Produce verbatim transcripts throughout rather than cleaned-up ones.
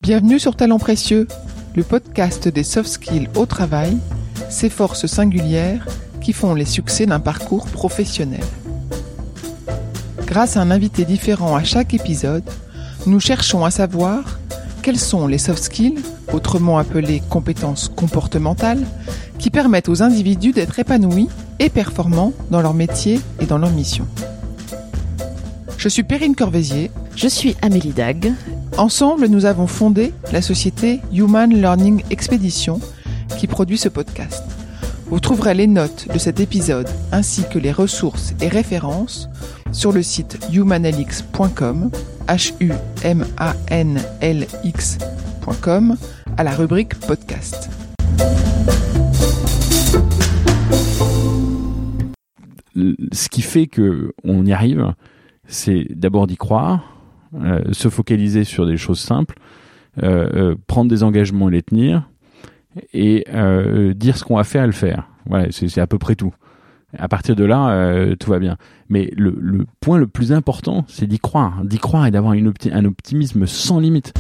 Bienvenue sur Talents Précieux, le podcast des soft skills au travail, ces forces singulières qui font les succès d'un parcours professionnel. Grâce à un invité différent à chaque épisode, nous cherchons à savoir quels sont les soft skills, autrement appelés compétences comportementales, qui permettent aux individus d'être épanouis et performants dans leur métier et dans leur mission. Je suis Perrine Corvézier. Je suis Amélie Dag. Ensemble, nous avons fondé la société Human Learning Expedition qui produit ce podcast. Vous trouverez les notes de cet épisode ainsi que les ressources et références sur le site humanlx point com, H U M A N L X point com, à la rubrique podcast. Ce qui fait qu'on y arrive, c'est d'abord d'y croire, euh, se focaliser sur des choses simples, euh, euh, prendre des engagements et les tenir, et euh, dire ce qu'on va faire et le faire. Voilà, c'est, c'est à peu près tout. À partir de là, euh, tout va bien. Mais le, le point le plus important, c'est d'y croire, d'y croire et d'avoir une opti- un optimisme sans limite.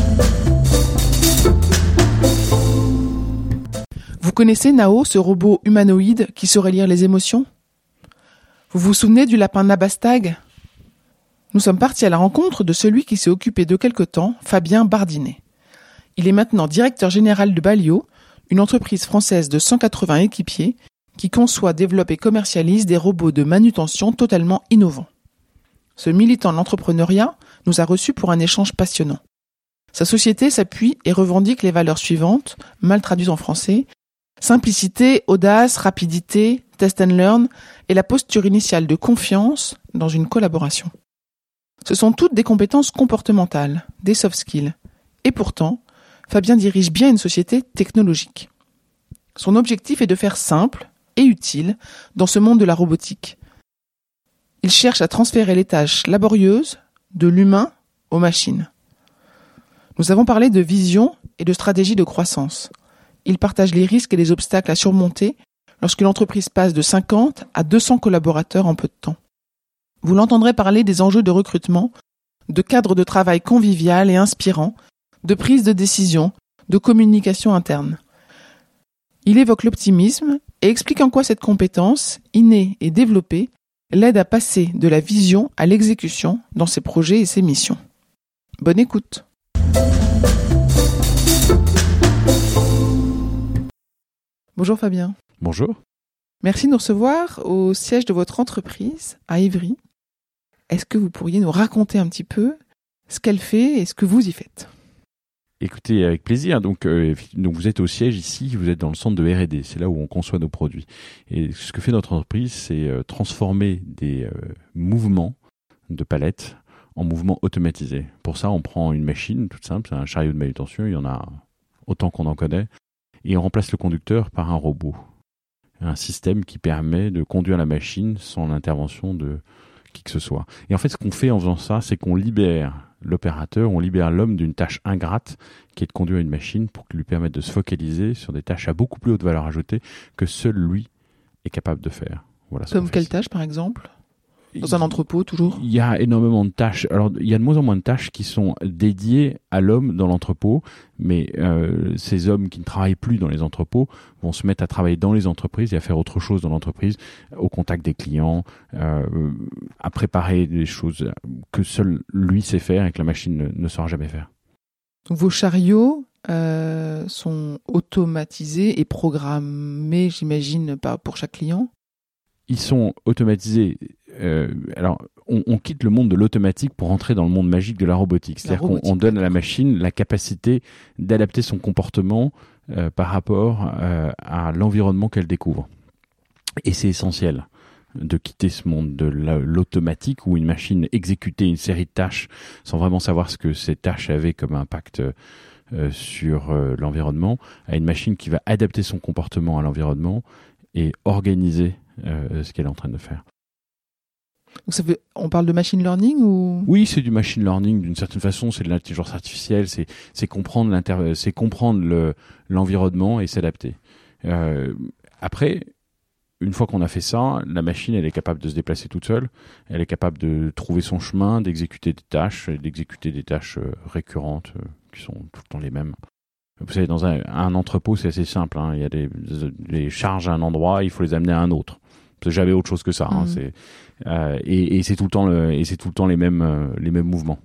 Vous connaissez Nao, ce robot humanoïde qui saurait lire les émotions ? Vous vous souvenez du lapin Nabastag ? Nous sommes partis à la rencontre de celui qui s'est occupé de quelque temps, Fabien Bardinet. Il est maintenant directeur général de Balio, une entreprise française de cent quatre-vingts équipiers qui conçoit, développe et commercialise des robots de manutention totalement innovants. Ce militant de l'entrepreneuriat nous a reçus pour un échange passionnant. Sa société s'appuie et revendique les valeurs suivantes, mal traduites en français: simplicité, audace, rapidité, test and learn et la posture initiale de confiance dans une collaboration. Ce sont toutes des compétences comportementales, des soft skills. Et pourtant, Fabien dirige bien une société technologique. Son objectif est de faire simple et utile dans ce monde de la robotique. Il cherche à transférer les tâches laborieuses de l'humain aux machines. Nous avons parlé de vision et de stratégie de croissance. Il partage les risques et les obstacles à surmonter lorsque l'entreprise passe de cinquante à deux cents collaborateurs en peu de temps. Vous l'entendrez parler des enjeux de recrutement, de cadre de travail convivial et inspirant, de prise de décision, de communication interne. Il évoque l'optimisme et explique en quoi cette compétence, innée et développée, l'aide à passer de la vision à l'exécution dans ses projets et ses missions. Bonne écoute. Bonjour Fabien. Bonjour. Merci de nous recevoir au siège de votre entreprise à Évry. Est-ce que vous pourriez nous raconter un petit peu ce qu'elle fait et ce que vous y faites ? Écoutez, avec plaisir. Donc, euh, donc vous êtes au siège ici, vous êtes dans le centre de R et D, c'est là où on conçoit nos produits. Et ce que fait notre entreprise, c'est euh, transformer des euh, mouvements de palettes en mouvements automatisés. Pour ça, on prend une machine toute simple, c'est un chariot de manutention, il y en a autant qu'on en connaît, et on remplace le conducteur par un robot. Un système qui permet de conduire la machine sans l'intervention de qui que ce soit. Et en fait, ce qu'on fait en faisant ça, c'est qu'on libère l'opérateur, on libère l'homme d'une tâche ingrate qui est de conduire une machine pour lui permettre de se focaliser sur des tâches à beaucoup plus haute valeur ajoutée que seul lui est capable de faire. Voilà. Comme quelle tâche, par exemple ? Dans un entrepôt, toujours ? Il y a énormément de tâches. Alors, il y a de moins en moins de tâches qui sont dédiées à l'homme dans l'entrepôt, mais euh, ces hommes qui ne travaillent plus dans les entrepôts vont se mettre à travailler dans les entreprises et à faire autre chose dans l'entreprise, au contact des clients, euh, à préparer des choses que seul lui sait faire et que la machine ne, ne saura jamais faire. Donc, vos chariots euh, sont automatisés et programmés, j'imagine, pas pour chaque client ? Ils sont automatisés. Euh, alors, on, on quitte le monde de l'automatique pour entrer dans le monde magique de la robotique. C'est-à-dire la robotique, qu'on on donne à la machine la capacité d'adapter son comportement euh, par rapport euh, à l'environnement qu'elle découvre. Et c'est essentiel de quitter ce monde de la, l'automatique où une machine exécutait une série de tâches sans vraiment savoir ce que ces tâches avaient comme impact euh, sur euh, l'environnement, à une machine qui va adapter son comportement à l'environnement et organiser euh, ce qu'elle est en train de faire. Donc ça veut, on parle de machine learning ou ? Oui, c'est du machine learning d'une certaine façon, c'est de l'intelligence artificielle, c'est, c'est comprendre, l'inter... c'est comprendre le, l'environnement et s'adapter. Euh, après, une fois qu'on a fait ça, la machine, elle est capable de se déplacer toute seule. Elle est capable de trouver son chemin, d'exécuter des tâches, d'exécuter des tâches euh, récurrentes euh, qui sont tout le temps les mêmes. Vous savez, dans un, un entrepôt, c'est assez simple. Hein. Il y a des, des charges à un endroit, il faut les amener à un autre. C'est jamais autre chose que ça. Hein. Mmh. C'est, euh, et, et c'est tout le temps, le, et c'est tout le temps les mêmes, euh, les mêmes mouvements.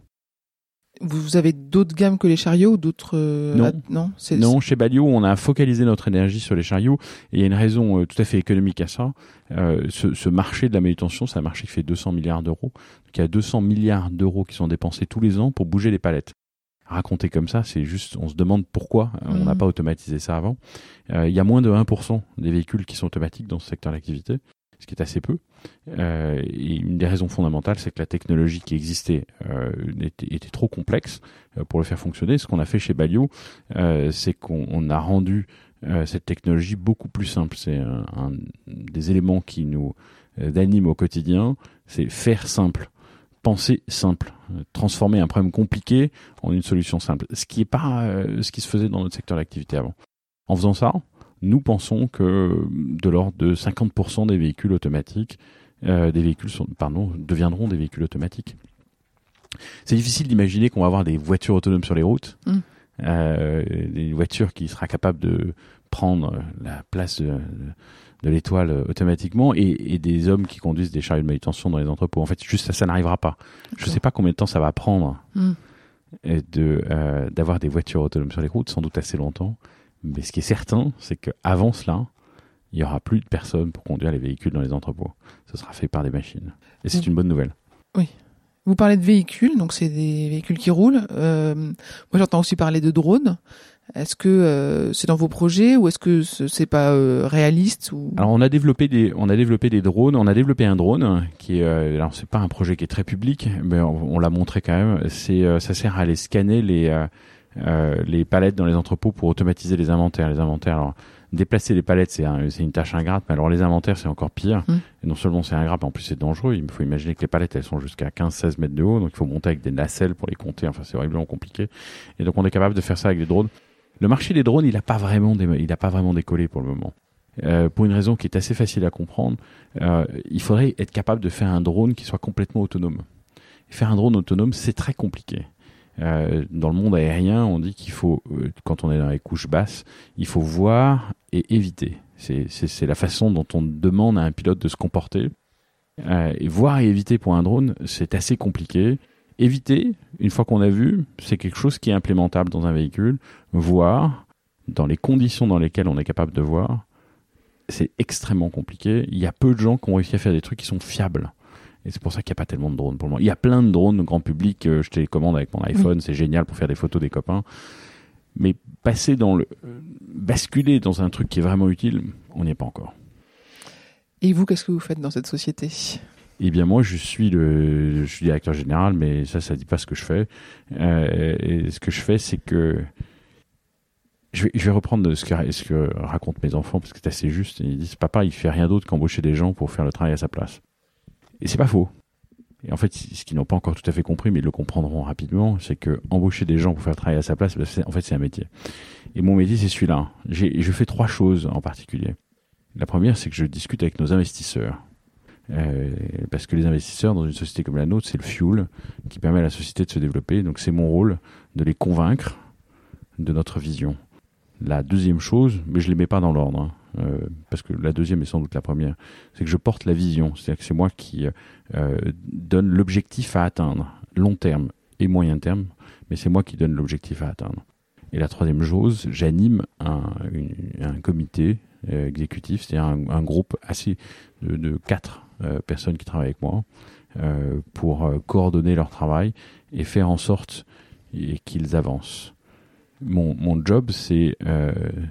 Vous avez d'autres gammes que les chariots ou d'autres euh, Non, ad... non, c'est... non. Chez Balio, on a focalisé notre énergie sur les chariots. Et il y a une raison euh, tout à fait économique à ça. Euh, ce, ce marché de la manutention, c'est un marché qui fait deux cents milliards d'euros. Donc il y a deux cents milliards d'euros qui sont dépensés tous les ans pour bouger les palettes. Raconter comme ça, c'est juste, on se demande pourquoi mmh. on n'a pas automatisé ça avant. Euh, il y a moins de un pour cent des véhicules qui sont automatiques dans ce secteur d'activité, ce qui est assez peu. Euh, et une des raisons fondamentales, c'est que la technologie qui existait euh, était, était trop complexe euh, pour le faire fonctionner. Ce qu'on a fait chez Balio, euh, c'est qu'on on a rendu euh, cette technologie beaucoup plus simple. C'est un, un des éléments qui nous euh, animent au quotidien, c'est faire simple. Penser simple, transformer un problème compliqué en une solution simple, ce qui est pas euh, ce qui se faisait dans notre secteur d'activité avant. En faisant ça, nous pensons que de l'ordre de cinquante pour cent des véhicules automatiques, euh, des véhicules sont, pardon, deviendront des véhicules automatiques. C'est difficile d'imaginer qu'on va avoir des voitures autonomes sur les routes, mmh. euh, des voitures qui sera capable de prendre la place de, de de l'étoile automatiquement et, et des hommes qui conduisent des chariots de manutention dans les entrepôts. En fait, juste ça, ça n'arrivera pas. Okay. Je ne sais pas combien de temps ça va prendre mm. de, euh, d'avoir des voitures autonomes sur les routes, sans doute assez longtemps. Mais ce qui est certain, c'est qu'avant cela, il n'y aura plus de personnes pour conduire les véhicules dans les entrepôts. Ce sera fait par des machines. Et c'est mm. une bonne nouvelle. Oui. Vous parlez de véhicules, donc c'est des véhicules qui roulent. Euh, moi, j'entends aussi parler de drones. Est-ce que euh, c'est dans vos projets ou est-ce que c'est pas euh, réaliste ou... Alors on a développé des on a développé des drones. On a développé un drone qui est euh, alors c'est pas un projet qui est très public, mais on, on l'a montré quand même. C'est euh, ça sert à aller scanner les euh, euh, les palettes dans les entrepôts pour automatiser les inventaires. Les inventaires. Alors déplacer les palettes c'est un, c'est une tâche ingrate, mais alors les inventaires c'est encore pire. Mmh. Et non seulement c'est ingrat, mais en plus c'est dangereux. Il faut imaginer que les palettes elles sont jusqu'à quinze seize mètres de haut, donc il faut monter avec des nacelles pour les compter. Enfin c'est horriblement compliqué. Et donc on est capable de faire ça avec des drones. Le marché des drones, il n'a pas vraiment, dé- il a pas vraiment décollé pour le moment. Euh, pour une raison qui est assez facile à comprendre, euh, il faudrait être capable de faire un drone qui soit complètement autonome. Et faire un drone autonome, c'est très compliqué. Euh, dans le monde aérien, on dit qu'il faut, euh, quand on est dans les couches basses, il faut voir et éviter. C'est, c'est, c'est la façon dont on demande à un pilote de se comporter. Euh, et voir et éviter pour un drone, c'est assez compliqué. Éviter, une fois qu'on a vu, c'est quelque chose qui est implémentable dans un véhicule. Voir, dans les conditions dans lesquelles on est capable de voir, c'est extrêmement compliqué. Il y a peu de gens qui ont réussi à faire des trucs qui sont fiables. Et c'est pour ça qu'il n'y a pas tellement de drones pour le moment. Il y a plein de drones grand public, euh, je télécommande avec mon iPhone, mmh. c'est génial pour faire des photos des copains. Mais passer dans le... Euh, basculer dans un truc qui est vraiment utile, on n'y est pas encore. Et vous, qu'est-ce que vous faites dans cette société ? Eh bien, moi, je suis le, je suis directeur général, mais ça, ça dit pas ce que je fais. Euh, et ce que je fais, c'est que je vais, je vais reprendre ce que, ce que racontent mes enfants, parce que c'est assez juste. Ils disent, papa, il fait rien d'autre qu'embaucher des gens pour faire le travail à sa place. Et c'est pas faux. Et en fait, ce qu'ils n'ont pas encore tout à fait compris, mais ils le comprendront rapidement, c'est que embaucher des gens pour faire le travail à sa place, c'est, en fait, c'est un métier. Et mon métier, c'est celui-là. J'ai, je fais trois choses en particulier. La première, c'est que je discute avec nos investisseurs. Euh, parce que les investisseurs dans une société comme la nôtre, c'est le fuel qui permet à la société de se développer. Donc c'est mon rôle de les convaincre de notre vision. La deuxième chose, mais je ne les mets pas dans l'ordre, hein, euh, parce que la deuxième est sans doute la première, c'est que je porte la vision. C'est-à-dire que c'est moi qui euh, donne l'objectif à atteindre, long terme et moyen terme, mais c'est moi qui donne l'objectif à atteindre. Et la troisième chose, j'anime un, une, un comité euh, exécutif, c'est-à-dire un, un groupe assez de, de quatre euh, personnes qui travaillent avec moi euh, pour euh, coordonner leur travail et faire en sorte et qu'ils avancent. Mon, mon job, c'est euh,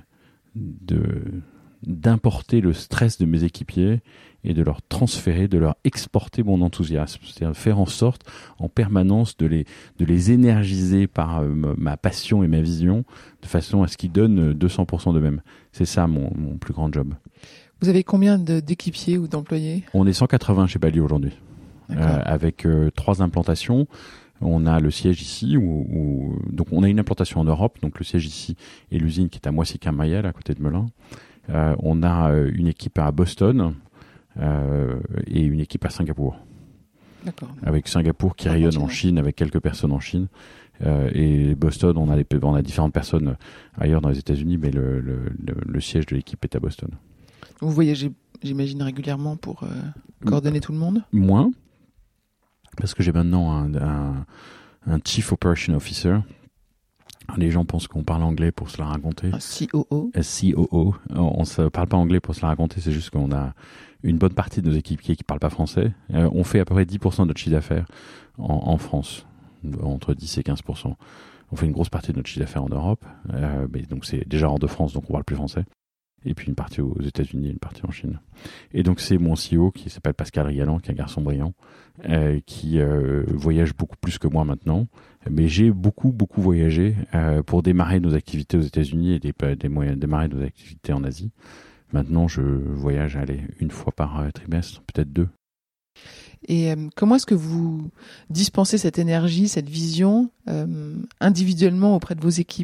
de, d'importer le stress de mes équipiers et de leur transférer, de leur exporter mon enthousiasme. C'est-à-dire faire en sorte, en permanence, de les, de les énergiser par euh, ma passion et ma vision, de façon à ce qu'ils donnent deux cents pour cent d'eux-mêmes. C'est ça mon, mon plus grand job. Vous avez combien de, d'équipiers ou d'employés ? On est cent quatre-vingts chez Balio aujourd'hui, euh, avec euh, trois implantations. On a le siège ici, où, où, donc on a une implantation en Europe, donc le siège ici et l'usine qui est à Moissy-Quin-Mayel, à côté de Melun. Euh, on a euh, une équipe à Boston euh, et une équipe à Singapour. D'accord. Avec Singapour qui rayonne en Chine, avec quelques personnes en Chine. Euh, et Boston, on a, les, on a différentes personnes ailleurs dans les États-Unis, mais le, le, le, le siège de l'équipe est à Boston. Vous voyagez, j'imagine, régulièrement pour euh, coordonner tout le monde ? Moins, parce que j'ai maintenant un, un, un Chief Operation Officer. Les gens pensent qu'on parle anglais pour se la raconter. Un C O O. Un C O O. On ne se parle pas anglais pour se la raconter, c'est juste qu'on a une bonne partie de nos équipiers qui ne parlent pas français. Euh, on fait à peu près dix pour cent de notre chiffre d'affaires en, en France, entre dix et quinze pour cent. On fait une grosse partie de notre chiffre d'affaires en Europe, euh, mais donc c'est déjà hors de France, donc on parle plus français. Et puis une partie aux États-Unis, une partie en Chine. Et donc c'est mon C E O qui s'appelle Pascal Rigalan, qui est un garçon brillant, euh, qui euh, voyage beaucoup plus que moi maintenant. Mais j'ai beaucoup, beaucoup voyagé euh, pour démarrer nos activités aux États-Unis et des, des moyens, démarrer nos activités en Asie. Maintenant, je voyage, allez, une fois par euh, trimestre, peut-être deux. Et euh, comment est-ce que vous dispensez cette énergie, cette vision euh, individuellement auprès de vos équipes ?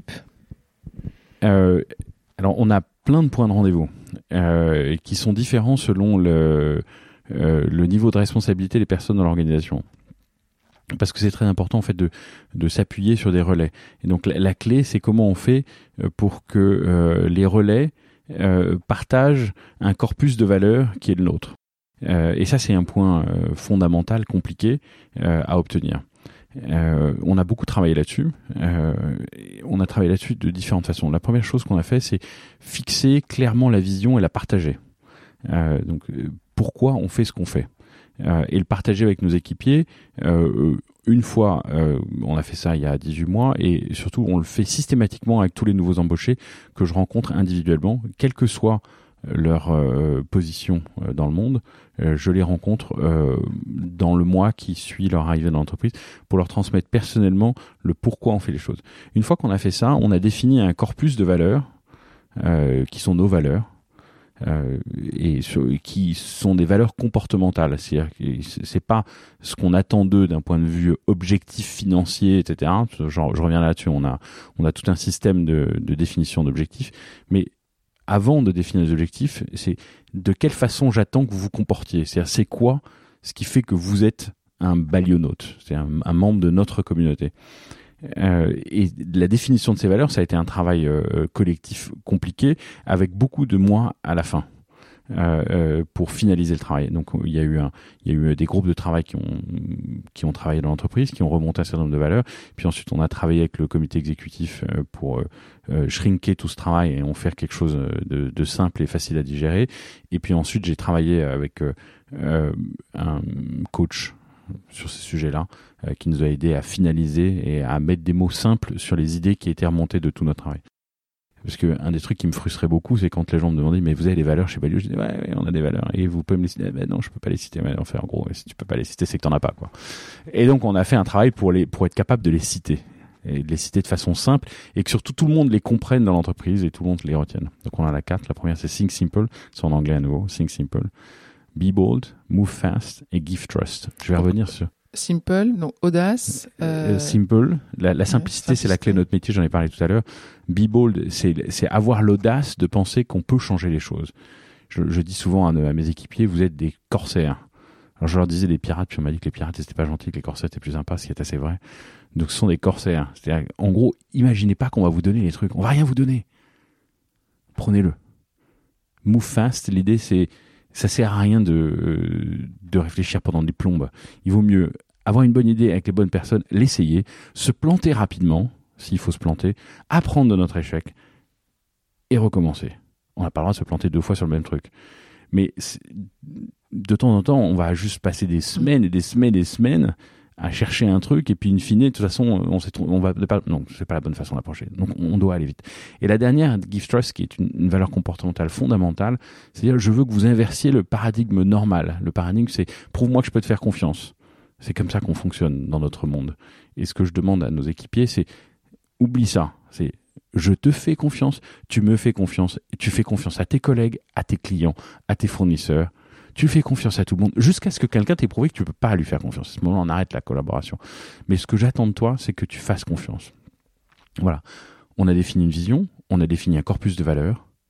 euh, Alors, on a plein de points de rendez-vous euh, qui sont différents selon le, euh, le niveau de responsabilité des personnes dans l'organisation. Parce que c'est très important en fait de, de s'appuyer sur des relais. Et donc la, la clé, c'est comment on fait pour que euh, les relais euh, partagent un corpus de valeurs qui est le nôtre. Euh, et ça, c'est un point euh, fondamental, compliqué euh, à obtenir. Euh, on a beaucoup travaillé là-dessus. Euh, on a travaillé là-dessus de différentes façons. La première chose qu'on a fait, c'est fixer clairement la vision et la partager. Euh, donc, pourquoi on fait ce qu'on fait ? Euh, et le partager avec nos équipiers. Euh, une fois, euh, on a fait ça il y a dix-huit mois, et surtout, on le fait systématiquement avec tous les nouveaux embauchés que je rencontre individuellement, quelle que soit leur euh, position euh, dans le monde. Euh, je les rencontre euh, dans le mois qui suit leur arrivée dans l'entreprise pour leur transmettre personnellement le pourquoi on fait les choses. Une fois qu'on a fait ça, on a défini un corpus de valeurs euh, qui sont nos valeurs. Euh, et sur, qui sont des valeurs comportementales, c'est-à-dire que c'est pas ce qu'on attend d'eux d'un point de vue objectif financier, et cetera. Genre, je reviens là-dessus, on a on a tout un système de, de définition d'objectifs, mais avant de définir les objectifs, c'est de quelle façon j'attends que vous vous comportiez. C'est-à-dire, c'est quoi ce qui fait que vous êtes un balionaute, c'est un, un membre de notre communauté. Euh, et la définition de ces valeurs, ça a été un travail euh, collectif compliqué, avec beaucoup de mois à la fin euh, euh, pour finaliser le travail. Donc il y a eu un, il y a eu des groupes de travail qui ont qui ont travaillé dans l'entreprise, qui ont remonté un certain nombre de valeurs. Puis ensuite, on a travaillé avec le comité exécutif euh, pour euh, shrinker tout ce travail et en faire quelque chose de, de simple et facile à digérer. Et puis ensuite, j'ai travaillé avec euh, euh, un coach sur ces sujets-là, euh, qui nous a aidé à finaliser et à mettre des mots simples sur les idées qui étaient remontées de tout notre travail. Parce que un des trucs qui me frustrait beaucoup, c'est quand les gens me demandaient, mais vous avez des valeurs chez Balio? Je dis, ouais, ouais, on a des valeurs. Et vous pouvez me les citer? Ben non, je peux pas les citer. Mais enfin, en gros, si tu peux pas les citer, c'est que t'en as pas, quoi. Et donc, on a fait un travail pour les, pour être capable de les citer. Et de les citer de façon simple, et que surtout tout le monde les comprenne dans l'entreprise et tout le monde les retienne. Donc, on a la quatre. La première, c'est Think Simple. C'est en anglais à nouveau. Think Simple. Be bold, move fast et give trust. Je vais revenir sur Simple, donc audace. Euh... Euh, simple, la, la simplicité, ouais, c'est la clé de notre métier. J'en ai parlé tout à l'heure. Be bold, c'est, c'est avoir l'audace de penser qu'on peut changer les choses. Je, je dis souvent à, à mes équipiers, vous êtes des corsaires. Alors je leur disais des pirates, puis on m'a dit que les pirates c'était pas gentil, que les corsaires étaient plus sympas, ce qui est assez vrai. Donc ce sont des corsaires. C'est-à-dire, en gros, imaginez pas qu'on va vous donner les trucs. On va rien vous donner. Prenez-le. Move fast. L'idée, c'est ça sert à rien de, de réfléchir pendant des plombes. Il vaut mieux avoir une bonne idée avec les bonnes personnes, l'essayer, se planter rapidement, s'il faut se planter, apprendre de notre échec et recommencer. On n'a pas le droit de se planter deux fois sur le même truc. Mais de temps en temps, on va juste passer des semaines et des semaines et des semaines à chercher un truc, et puis in fine, de toute façon, on s'est on va pas, non, c'est pas la bonne façon d'approcher. Donc, on doit aller vite. Et la dernière, Give Trust, qui est une, une valeur comportementale fondamentale, c'est-à-dire, je veux que vous inversiez le paradigme normal. Le paradigme, c'est prouve-moi que je peux te faire confiance. C'est comme ça qu'on fonctionne dans notre monde. Et ce que je demande à nos équipiers, c'est oublie ça. C'est je te fais confiance, tu me fais confiance, tu fais confiance à tes collègues, à tes clients, à tes fournisseurs. Tu fais confiance à tout le monde jusqu'à ce que quelqu'un t'ait prouvé que tu peux pas lui faire confiance. À ce moment-là, on arrête la collaboration. Mais ce que j'attends de toi, c'est que tu fasses confiance. Voilà. On a défini une vision, on a défini un corpus de valeurs,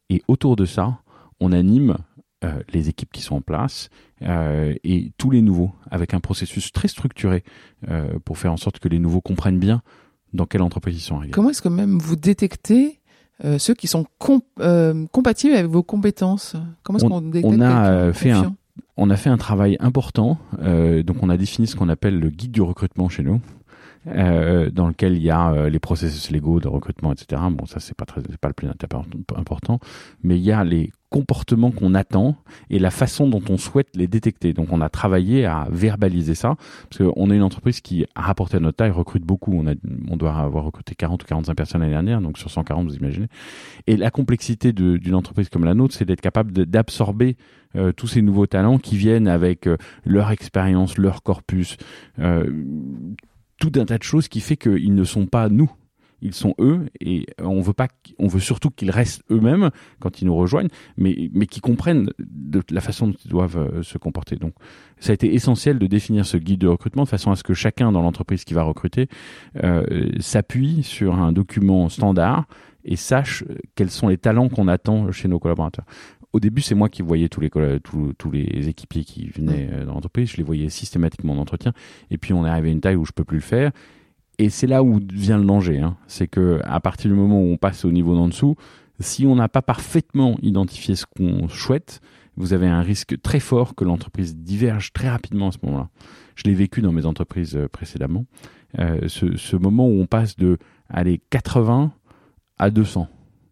Et autour de ça, on anime euh, les équipes qui sont en place euh, et tous les nouveaux avec un processus très structuré euh, pour faire en sorte que les nouveaux comprennent bien dans quelle entreprise ils sont arrivés. Comment est-ce que même vous détectez euh, ceux qui sont comp- euh, compatibles avec vos compétences? Comment est-ce on, qu'on détecte on a quelqu'un fait confiant? un On a fait un travail important, euh, donc on a défini ce qu'on appelle le guide du recrutement chez nous, euh, dans lequel il y a euh, les processus légaux de recrutement, et cetera. Bon, ça c'est pas très, c'est pas le plus important, mais il y a les comportements qu'on attend et la façon dont on souhaite les détecter. Donc on a travaillé à verbaliser ça, parce qu'on est une entreprise qui, à rapporter à notre taille, recrute beaucoup. On a, on doit avoir recruté quarante ou quarante-cinq personnes l'année dernière, donc sur cent quarante, vous imaginez. Et la complexité de, d'une entreprise comme la nôtre, c'est d'être capable de, d'absorber Euh, tous ces nouveaux talents qui viennent avec euh, leur expérience, leur corpus, euh, tout un tas de choses qui fait qu'ils ne sont pas nous, ils sont eux, et on veut pas, on veut surtout qu'ils restent eux-mêmes quand ils nous rejoignent, mais mais qu'ils comprennent de la façon dont ils doivent euh, se comporter. Donc, ça a été essentiel de définir ce guide de recrutement de façon à ce que chacun dans l'entreprise qui va recruter euh, s'appuie sur un document standard et sache quels sont les talents qu'on attend chez nos collaborateurs. Au début, c'est moi qui voyais tous les, tous, tous les équipiers qui venaient dans l'entreprise. Je les voyais systématiquement en entretien. Et puis, on est arrivé à une taille où je peux plus le faire. Et c'est là où vient le danger. Hein. C'est que à partir du moment où on passe au niveau d'en dessous, si on n'a pas parfaitement identifié ce qu'on souhaite, vous avez un risque très fort que l'entreprise diverge très rapidement à ce moment-là. Je l'ai vécu dans mes entreprises précédemment. Euh, ce, ce moment où on passe de allez, quatre-vingts à deux cents.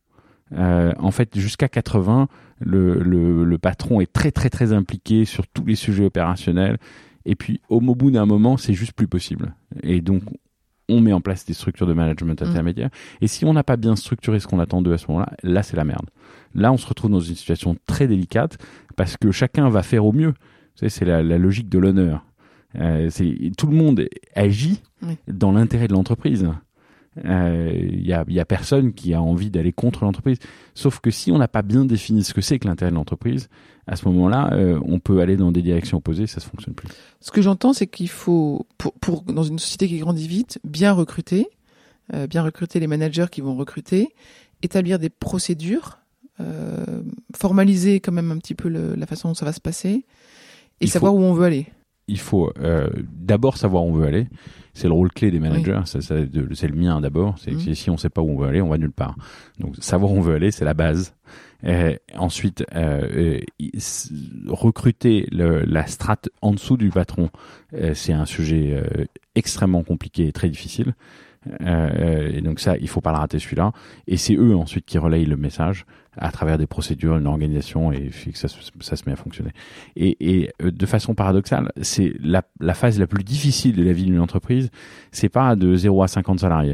Euh, en fait, jusqu'à quatre-vingts, le, le, le patron est très très très impliqué sur tous les sujets opérationnels. Et puis, au bout d'un moment, c'est juste plus possible. Et donc, on met en place des structures de management intermédiaires. Mmh. Et si on n'a pas bien structuré ce qu'on attend d'eux à ce moment-là, là, c'est la merde. Là, on se retrouve dans une situation très délicate parce que chacun va faire au mieux. Vous savez, c'est la, la logique de l'honneur. Euh, c'est, tout le monde agit oui. dans l'intérêt de l'entreprise. Il euh, y a, y a personne qui a envie d'aller contre l'entreprise. Sauf que si on n'a pas bien défini ce que c'est que l'intérêt de l'entreprise, à ce moment-là, euh, on peut aller dans des directions opposées, ça ne fonctionne plus. Ce que j'entends, c'est qu'il faut, pour, pour dans une société qui grandit vite, bien recruter, euh, bien recruter les managers qui vont recruter, établir des procédures, euh, formaliser quand même un petit peu le, la façon dont ça va se passer, et il savoir faut... où on veut aller. Il faut euh, d'abord savoir où on veut aller. C'est le rôle clé des managers. Oui. Ça, ça, c'est le mien d'abord. C'est mmh. que si on ne sait pas où on veut aller, on va nulle part. Donc, savoir où on veut aller, c'est la base. Et ensuite, euh, euh, recruter le, la strate en dessous du patron, euh, c'est un sujet euh, extrêmement compliqué et très difficile. Euh, et donc ça, il faut pas le rater celui-là. Et c'est eux ensuite qui relayent le message à travers des procédures, une organisation, et que ça, ça se met à fonctionner. Et, et de façon paradoxale, c'est la, la phase la plus difficile de la vie d'une entreprise. C'est pas de zéro à cinquante salariés,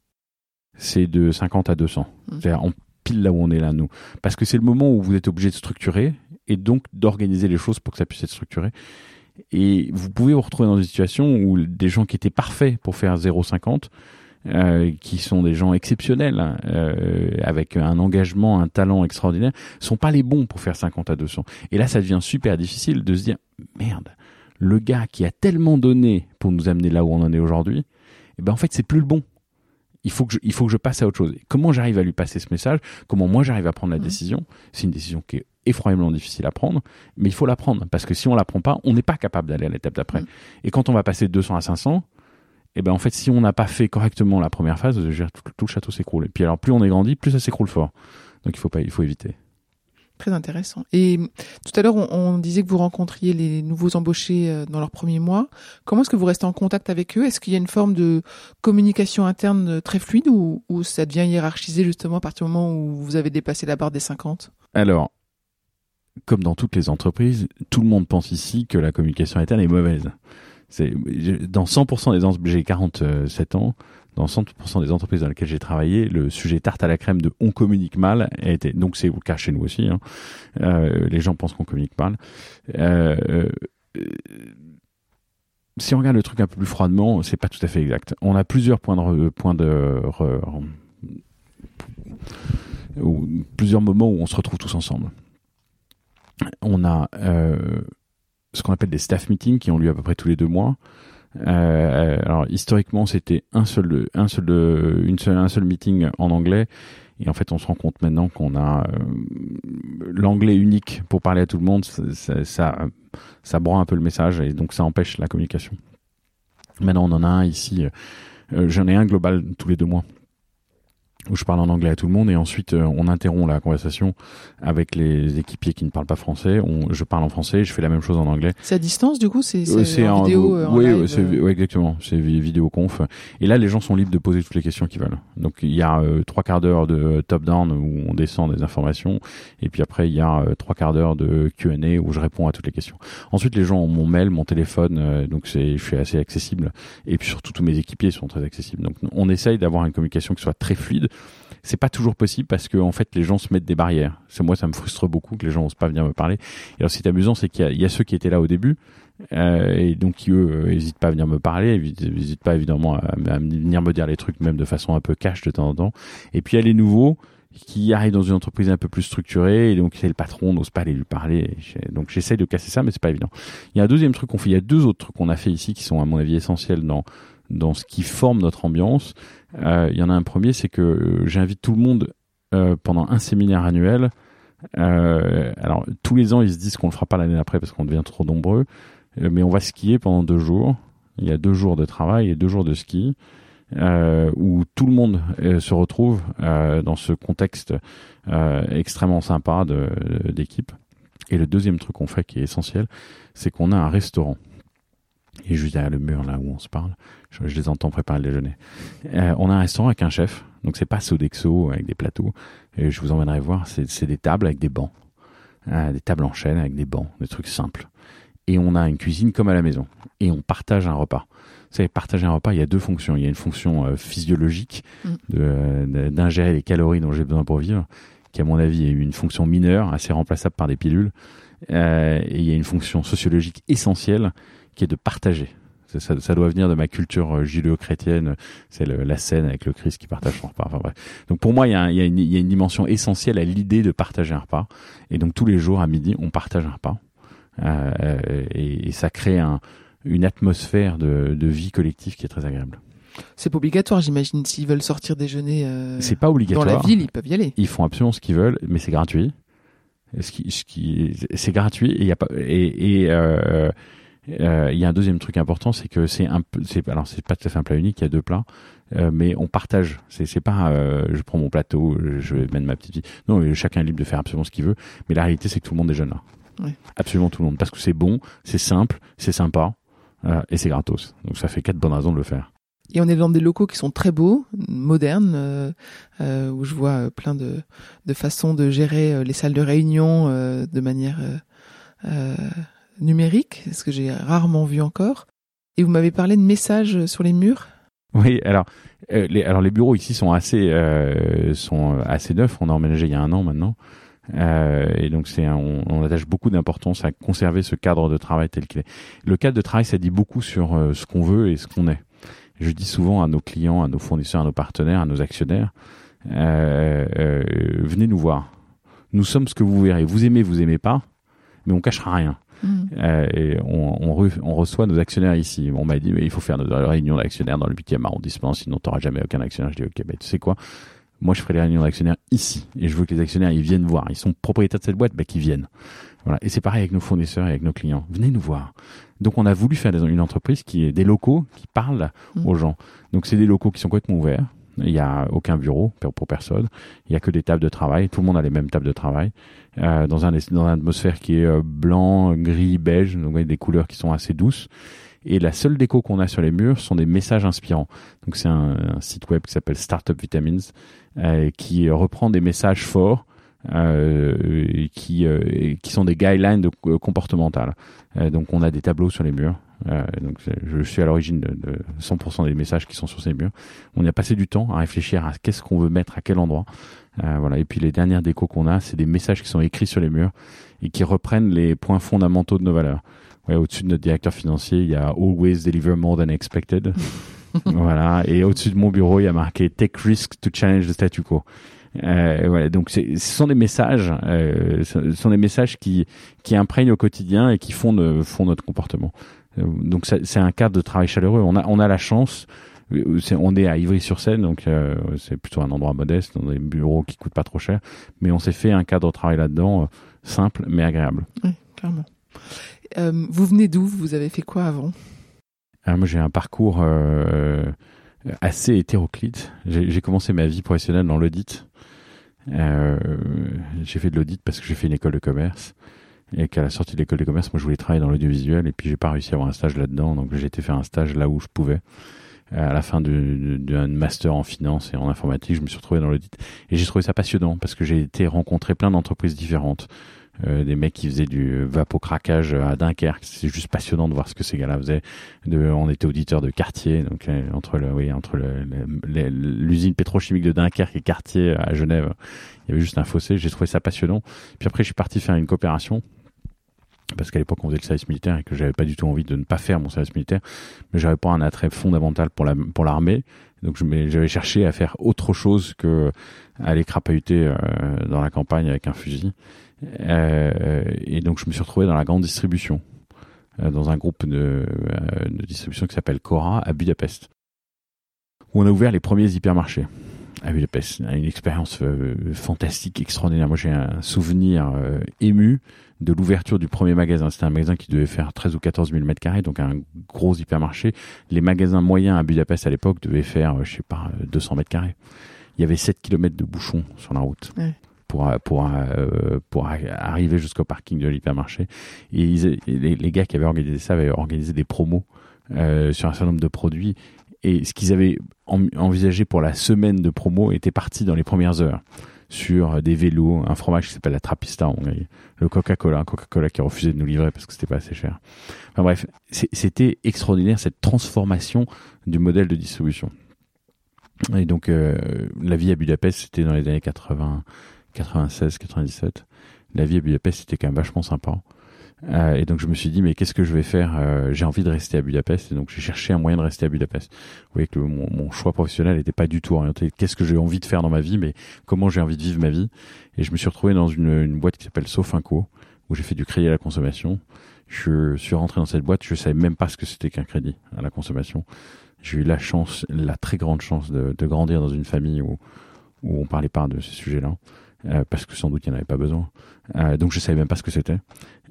c'est de cinquante à deux cents. Mmh. C'est-à-dire on pile là où on est là nous, parce que c'est le moment où vous êtes obligé de structurer et donc d'organiser les choses pour que ça puisse être structuré. Et vous pouvez vous retrouver dans une situation où des gens qui étaient parfaits pour faire zéro virgule cinquante, euh, qui sont des gens exceptionnels, euh, avec un engagement, un talent extraordinaire, sont pas les bons pour faire cinquante à deux cents. Et là, ça devient super difficile de se dire, merde, le gars qui a tellement donné pour nous amener là où on en est aujourd'hui, eh ben en fait, c'est plus le bon. Il faut que je, il faut que je passe à autre chose. Comment j'arrive à lui passer ce message? Comment moi j'arrive à prendre la décision? C'est une décision qui est effroyablement difficile à prendre, mais il faut la prendre, parce que si on la prend pas, on n'est pas capable d'aller à l'étape d'après. Mmh. Et quand on va passer de deux cents à cinq cents, eh ben en fait, si on n'a pas fait correctement la première phase, je veux dire, tout, tout le château s'écroule. Et puis alors, plus on est grandi, plus ça s'écroule fort. Donc il faut pas, il faut éviter. Très intéressant. Et tout à l'heure, on, on disait que vous rencontriez les nouveaux embauchés dans leurs premiers mois. Comment est-ce que vous restez en contact avec eux? Est-ce qu'il y a une forme de communication interne très fluide, ou, ou ça devient hiérarchisé justement à partir du moment où vous avez dépassé la barre des cinquante? Alors, comme dans toutes les entreprises, tout le monde pense ici que la communication interne est mauvaise. C'est, dans cent pour cent des entreprises, j'ai quarante-sept ans, dans cent pour cent des entreprises dans lesquelles j'ai travaillé, le sujet tarte à la crème de on communique mal a été, donc c'est le cas chez nous aussi, hein. Euh, les gens pensent qu'on communique mal. Euh, euh, si on regarde le truc un peu plus froidement, c'est pas tout à fait exact. On a plusieurs points de, points de, re, ou plusieurs moments où on se retrouve tous ensemble. On a euh, ce qu'on appelle des staff meetings qui ont lieu à peu près tous les deux mois. Euh, alors historiquement, c'était un seul, un seul, une seule, un seul meeting en anglais, Et en fait, on se rend compte maintenant qu'on a euh, l'anglais unique pour parler à tout le monde, ça, ça, ça, ça broie un peu le message et donc ça empêche la communication. Maintenant, on en a un ici, euh, j'en ai un global tous les deux mois, où je parle en anglais à tout le monde et ensuite euh, on interrompt la conversation avec les équipiers qui ne parlent pas français. On, je parle en français, je fais la même chose en anglais. C'est à distance du coup, c'est, c'est, c'est en un, vidéo, euh, en oui, live. c'est, oui, exactement, c'est vidéoconf. Et là, les gens sont libres de poser toutes les questions qu'ils veulent. Donc il y a euh, trois quarts d'heure de top-down où on descend des informations et puis après il y a euh, trois quarts d'heure de Q and A où je réponds à toutes les questions. Ensuite, les gens ont mon mail, mon téléphone, euh, donc c'est, je suis assez accessible et puis surtout tous mes équipiers sont très accessibles. Donc on essaye d'avoir une communication qui soit très fluide. C'est pas toujours possible parce que en fait les gens se mettent des barrières. C'est moi ça me frustre beaucoup que les gens osent pas venir me parler. Et alors ce qui est amusant c'est qu'il y a, il y a ceux qui étaient là au début euh, et donc qui eux n'hésitent pas à venir me parler, ils n'hésitent pas évidemment à, à venir me dire les trucs même de façon un peu cash de temps en temps. Et puis il y a les nouveaux qui arrivent dans une entreprise un peu plus structurée et donc c'est le patron n'ose pas aller lui parler. Donc j'essaye de casser ça mais c'est pas évident. Il y a un deuxième truc qu'on fait, il y a deux autres trucs qu'on a fait ici qui sont à mon avis essentiels dans dans ce qui forme notre ambiance. Euh, il y en a un premier, c'est que euh, j'invite tout le monde euh, pendant un séminaire annuel. Euh, alors, tous les ans, ils se disent qu'on ne le fera pas l'année d'après parce qu'on devient trop nombreux, euh, mais on va skier pendant deux jours. Il y a deux jours de travail et deux jours de ski euh, où tout le monde euh, se retrouve euh, dans ce contexte euh, extrêmement sympa de, d'équipe. Et le deuxième truc qu'on fait qui est essentiel, c'est qu'on a un restaurant. Et juste derrière le mur, là où on se parle, je, je les entends préparer le déjeuner. Euh, on a un restaurant avec un chef, donc c'est pas Sodexo avec des plateaux. Et je vous emmènerai voir, c'est, c'est des tables avec des bancs, euh, des tables en chaîne avec des bancs, des trucs simples. Et on a une cuisine comme à la maison. Et on partage un repas. Vous savez, partager un repas, il y a deux fonctions. Il y a une fonction euh, physiologique de, euh, d'ingérer les calories dont j'ai besoin pour vivre, qui à mon avis est une fonction mineure, assez remplaçable par des pilules. Euh, et il y a une fonction sociologique essentielle qui est de partager. Ça, ça, ça doit venir de ma culture judéo-chrétienne. C'est le, la scène avec le Christ qui partage son repas. Enfin, bref. Donc pour moi, il y, a un, il, y a une, il y a une dimension essentielle à l'idée de partager un repas. Et donc tous les jours à midi, on partage un repas. Euh, et, et ça crée un, une atmosphère de, de vie collective qui est très agréable. C'est pas obligatoire, j'imagine. S'ils veulent sortir déjeuner euh, c'est pas obligatoire. Dans la ville, ils peuvent y aller. Ils font absolument ce qu'ils veulent, mais c'est gratuit. Ce qui, ce qui, c'est gratuit et il y a pas et, et euh, Euh, il y a un deuxième truc important, c'est que c'est un peu, c'est alors c'est pas tout à fait un plat unique, il y a deux plats, euh, mais on partage. C'est c'est pas, euh, je prends mon plateau, je vais mettre ma petite vie. Non, chacun est libre de faire absolument ce qu'il veut. Mais la réalité, c'est que tout le monde déjeune là. Oui. Absolument tout le monde, parce que c'est bon, c'est simple, c'est sympa euh, et c'est gratos. Donc ça fait quatre bonnes raisons de le faire. Et on est dans des locaux qui sont très beaux, modernes, euh, euh, où je vois plein de, de façons de gérer les salles de réunion euh, de manière euh, euh, numérique, ce que j'ai rarement vu encore. Et vous m'avez parlé de messages sur les murs. Oui, alors euh, les alors les bureaux ici sont assez euh, sont assez neufs. On a emménagé il y a un an maintenant, euh, et donc c'est un, on, on attache beaucoup d'importance à conserver ce cadre de travail tel qu'il est. Le cadre de travail, ça dit beaucoup sur euh, ce qu'on veut et ce qu'on est. Je dis souvent à nos clients, à nos fournisseurs, à nos partenaires, à nos actionnaires, euh, euh, venez nous voir. Nous sommes ce que vous verrez. Vous aimez, vous aimez pas, mais on cachera rien. Mmh. Euh, et on, on, re, on reçoit nos actionnaires ici. On m'a dit mais il faut faire nos réunions d'actionnaires dans le huitième arrondissement, sinon tu n'auras jamais aucun actionnaire. Je dis ok, ben tu sais quoi, moi je ferai les réunions d'actionnaires ici et je veux que les actionnaires ils viennent voir. Ils sont propriétaires de cette boîte, ben qu'ils viennent. Voilà. Et c'est pareil avec nos fournisseurs et avec nos clients. Venez nous voir. Donc on a voulu faire une entreprise qui est des locaux qui parlent mmh. aux gens. Donc c'est des locaux qui sont complètement ouverts. Il n'y a aucun bureau pour personne. Il n'y a que des tables de travail. Tout le monde a les mêmes tables de travail. Euh, dans, un, dans une atmosphère qui est euh, blanc, gris, beige. Donc, vous voyez, des couleurs qui sont assez douces. Et la seule déco qu'on a sur les murs sont des messages inspirants. Donc, c'est un, un site web qui s'appelle Startup Vitamins, euh, qui reprend des messages forts, euh, qui, euh, qui sont des guidelines de, euh, comportementales. Euh, donc, on a des tableaux sur les murs. Euh, donc je suis à l'origine de, de cent pour cent des messages qui sont sur ces murs. On y a passé du temps à réfléchir à qu'est-ce qu'on veut mettre à quel endroit. Euh, voilà. Et puis les dernières décos qu'on a, c'est des messages qui sont écrits sur les murs et qui reprennent les points fondamentaux de nos valeurs. Ouais, au-dessus de notre directeur financier, il y a Always deliver more than expected. Voilà. Et au-dessus de mon bureau, il y a marqué Take risk to challenge the statu quo. Euh, voilà, donc c'est, ce sont des messages, euh, ce sont des messages qui qui imprègnent au quotidien et qui font de, font notre comportement. Donc c'est un cadre de travail chaleureux. On a on a la chance c'est, on est à Ivry-sur-Seine, donc euh, c'est plutôt un endroit modeste, dans des bureaux qui coûtent pas trop cher, mais on s'est fait un cadre de travail là-dedans, euh, simple mais agréable. Oui, clairement. Euh, vous venez d'où? Vous avez fait quoi avant? Alors moi, j'ai un parcours euh, assez hétéroclite. J'ai, j'ai commencé ma vie professionnelle dans l'audit. Euh, j'ai fait de l'audit parce que j'ai fait une école de commerce. Et qu'à la sortie de l'école de commerce, moi, je voulais travailler dans l'audiovisuel. Et puis, j'ai pas réussi à avoir un stage là-dedans. Donc, j'ai été faire un stage là où je pouvais. À la fin d'un master en finance et en informatique, je me suis retrouvé dans l'audit. Et j'ai trouvé ça passionnant parce que j'ai été rencontrer plein d'entreprises différentes. Euh, des mecs qui faisaient du vapocraquage à Dunkerque, c'est juste passionnant de voir ce que ces gars-là faisaient. De, on était auditeurs de Cartier, donc euh, entre le, oui, entre le, le, l'usine pétrochimique de Dunkerque et Cartier à Genève, il y avait juste un fossé. J'ai trouvé ça passionnant. Puis après, je suis parti faire une coopération parce qu'à l'époque, on faisait le service militaire et que j'avais pas du tout envie de ne pas faire mon service militaire, mais j'avais pas un attrait fondamental pour la pour l'armée. Donc je j'avais cherché à faire autre chose que aller crapahuter euh, dans la campagne avec un fusil. Euh, et donc je me suis retrouvé dans la grande distribution, euh, dans un groupe de, euh, de distribution qui s'appelle Cora à Budapest, où on a ouvert les premiers hypermarchés à Budapest. Une expérience euh, fantastique, extraordinaire. Moi j'ai un souvenir euh, ému de l'ouverture du premier magasin. C'était un magasin qui devait faire treize ou quatorze mille mètres carrés, donc un gros hypermarché. Les magasins moyens à Budapest à l'époque devaient faire, euh, je sais pas, deux cents mètres carrés. Il y avait sept kilomètres de bouchons sur la route. Ouais. pour pour euh, pour arriver jusqu'au parking de l'hypermarché. Et ils, les, les gars qui avaient organisé ça avaient organisé des promos euh, sur un certain nombre de produits. Et ce qu'ils avaient en, envisagé pour la semaine de promo était parti dans les premières heures sur des vélos, un fromage qui s'appelle la Trappista, le Coca-Cola, un Coca-Cola qui a refusé de nous livrer parce que c'était pas assez cher. Enfin bref, c'était extraordinaire cette transformation du modèle de distribution. Et donc euh, la vie à Budapest, c'était dans les années quatre-vingts, quatre-vingt-seize, quatre-vingt-dix-sept. La vie à Budapest, c'était quand même vachement sympa. Euh, et donc je me suis dit, mais qu'est-ce que je vais faire? euh, J'ai envie de rester à Budapest, et donc j'ai cherché un moyen de rester à Budapest. Vous voyez que le, mon, mon choix professionnel n'était pas du tout orienté. Qu'est-ce que j'ai envie de faire dans ma vie, mais comment j'ai envie de vivre ma vie? Et je me suis retrouvé dans une, une boîte qui s'appelle Sofinco, où j'ai fait du crédit à la consommation. Je suis rentré dans cette boîte, je savais même pas ce que c'était qu'un crédit à la consommation. J'ai eu la chance, la très grande chance de, de grandir dans une famille où, où on parlait pas de ces sujets-là. Euh, parce que sans doute il n'y en avait pas besoin. Euh, donc je savais même pas ce que c'était.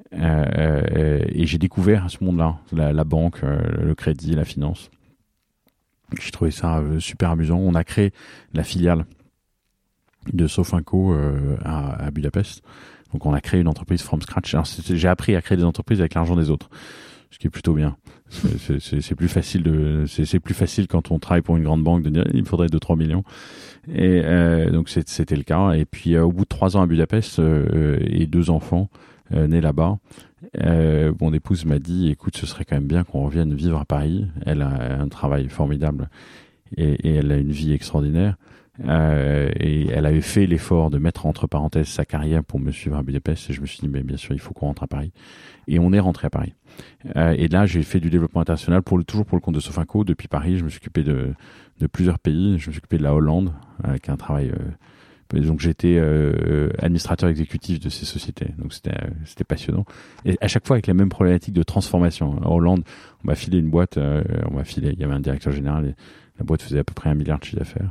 Euh, et j'ai découvert à ce monde-là la, la banque, euh, le crédit, la finance. J'ai trouvé ça euh, super amusant. On a créé la filiale de Sofinco euh, à, à Budapest. Donc on a créé une entreprise from scratch. Alors, j'ai appris à créer des entreprises avec l'argent des autres, ce qui est plutôt bien. C'est, c'est, c'est plus facile de, c'est, c'est plus facile quand on travaille pour une grande banque de dire il me faudrait deux trois millions. Et euh, donc c'est, c'était le cas. Et puis euh, au bout de trois ans à Budapest euh, et deux enfants euh, nés là-bas, euh, mon épouse m'a dit écoute, ce serait quand même bien qu'on revienne vivre à Paris. Elle a un travail formidable et, et elle a une vie extraordinaire. Euh, et elle avait fait l'effort de mettre entre parenthèses sa carrière pour me suivre à Budapest, et je me suis dit mais bien sûr il faut qu'on rentre à Paris, et on est rentré à Paris. Euh, et là j'ai fait du développement international pour le, toujours pour le compte de Sofinco depuis Paris. Je me suis occupé de, de plusieurs pays. Je me suis occupé de la Hollande avec un travail euh, donc j'étais euh, administrateur exécutif de ces sociétés, donc c'était euh, c'était passionnant, et à chaque fois avec la même problématique de transformation. En Hollande on m'a filé une boîte, euh, on m'a filé, il y avait un directeur général, et la boîte faisait à peu près un milliard de chiffre d'affaires.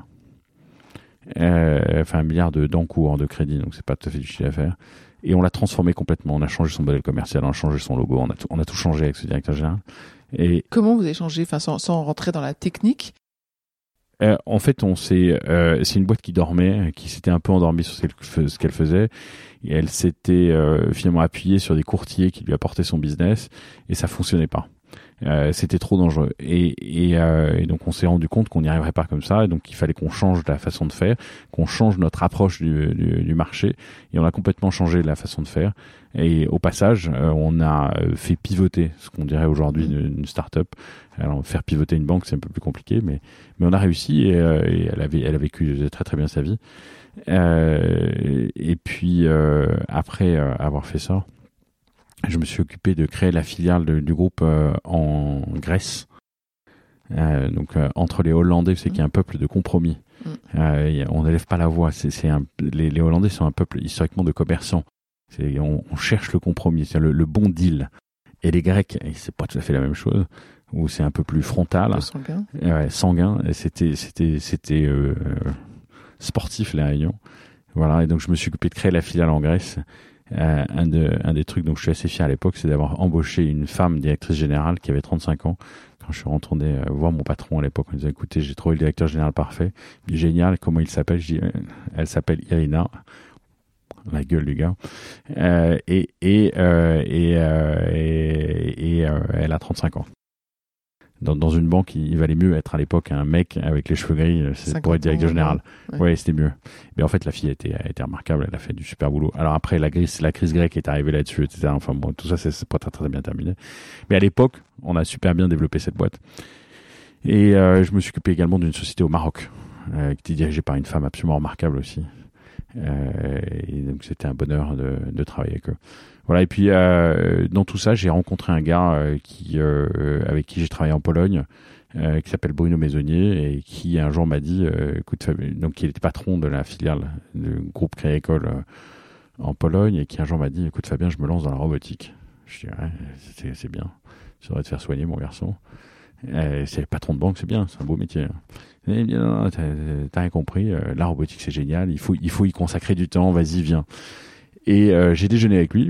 Euh, enfin un milliard de d'encours de crédit, donc c'est pas tout à fait du chiffre d'affaires. Et on l'a transformé complètement. On a changé son modèle commercial, on a changé son logo, on a tout, on a tout changé avec ce directeur général. Et comment vous avez changé, enfin sans, sans rentrer dans la technique? Euh, en fait, on s'est, euh, c'est une boîte qui dormait, qui s'était un peu endormie sur ce qu'elle faisait, et elle s'était euh, finalement appuyée sur des courtiers qui lui apportaient son business, et ça fonctionnait pas. Euh, c'était trop dangereux, et, et, euh, et donc on s'est rendu compte qu'on n'y arriverait pas comme ça, et donc il fallait qu'on change la façon de faire, qu'on change notre approche du, du, du marché, et on a complètement changé la façon de faire. Et au passage, euh, on a fait pivoter ce qu'on dirait aujourd'hui une, une start-up. Alors faire pivoter une banque, c'est un peu plus compliqué, mais mais on a réussi, et, euh, et elle avait elle a vécu très très bien sa vie. Euh, et puis euh, après euh, avoir fait ça, je me suis occupé de créer la filiale de, du groupe euh, en Grèce. Euh, donc euh, entre les Hollandais, c'est qu'il y a un peuple de compromis. Euh, on n'élève pas la voix. C'est, c'est un, les, les Hollandais sont un peuple historiquement de commerçants. C'est, on, on cherche le compromis, c'est le, le bon deal. Et les Grecs, et c'est pas tout à fait la même chose. où c'est un peu plus frontal, un peu sanguin. Ouais, sanguin. Et c'était c'était c'était euh, sportif les réunions. Voilà, et donc je me suis occupé de créer la filiale en Grèce. Euh, un, de, un des trucs dont je suis assez fier à l'époque, c'est d'avoir embauché une femme directrice générale qui avait trente-cinq ans. Quand je suis retourné euh, voir mon patron à l'époque, on me disait écoutez, j'ai trouvé le directeur général parfait. Il dit, génial, comment il s'appelle? Je dis euh, elle s'appelle Irina. La gueule du gars. Euh, et et euh, et, euh, et, et euh, elle a trente-cinq ans. Dans, dans une banque, il, il valait mieux être à l'époque un mec avec les cheveux gris c'est pour être directeur général. Ouais, ouais c'était mieux. Mais en fait, la fille a été, a été remarquable, elle a fait du super boulot. Alors après, la crise, la crise grecque est arrivée là-dessus, et cetera. Enfin bon, tout ça, c'est, c'est pas très, très bien terminé. Mais à l'époque, on a super bien développé cette boîte. Et euh, je me suis occupé également d'une société au Maroc, euh, qui était dirigée par une femme absolument remarquable aussi. Euh, et donc c'était un bonheur de, de travailler avec eux. Voilà, et puis euh, dans tout ça, j'ai rencontré un gars euh, qui, euh, avec qui j'ai travaillé en Pologne, euh, qui s'appelle Bruno Maisonnier, et qui un jour m'a dit, euh, écoute, donc il était patron de la filiale du groupe Crédit Agricole euh, en Pologne, et qui un jour m'a dit, écoute Fabien, je me lance dans la robotique. Je dis, ouais, c'est, c'est bien, ça devrait te faire soigner mon garçon. Euh, c'est patron de banque, c'est bien, c'est un beau métier. Et bien, non, non, t'as, t'as rien compris, euh, la robotique c'est génial, il faut, il faut y consacrer du temps, vas-y, viens. Et euh, j'ai déjeuné avec lui.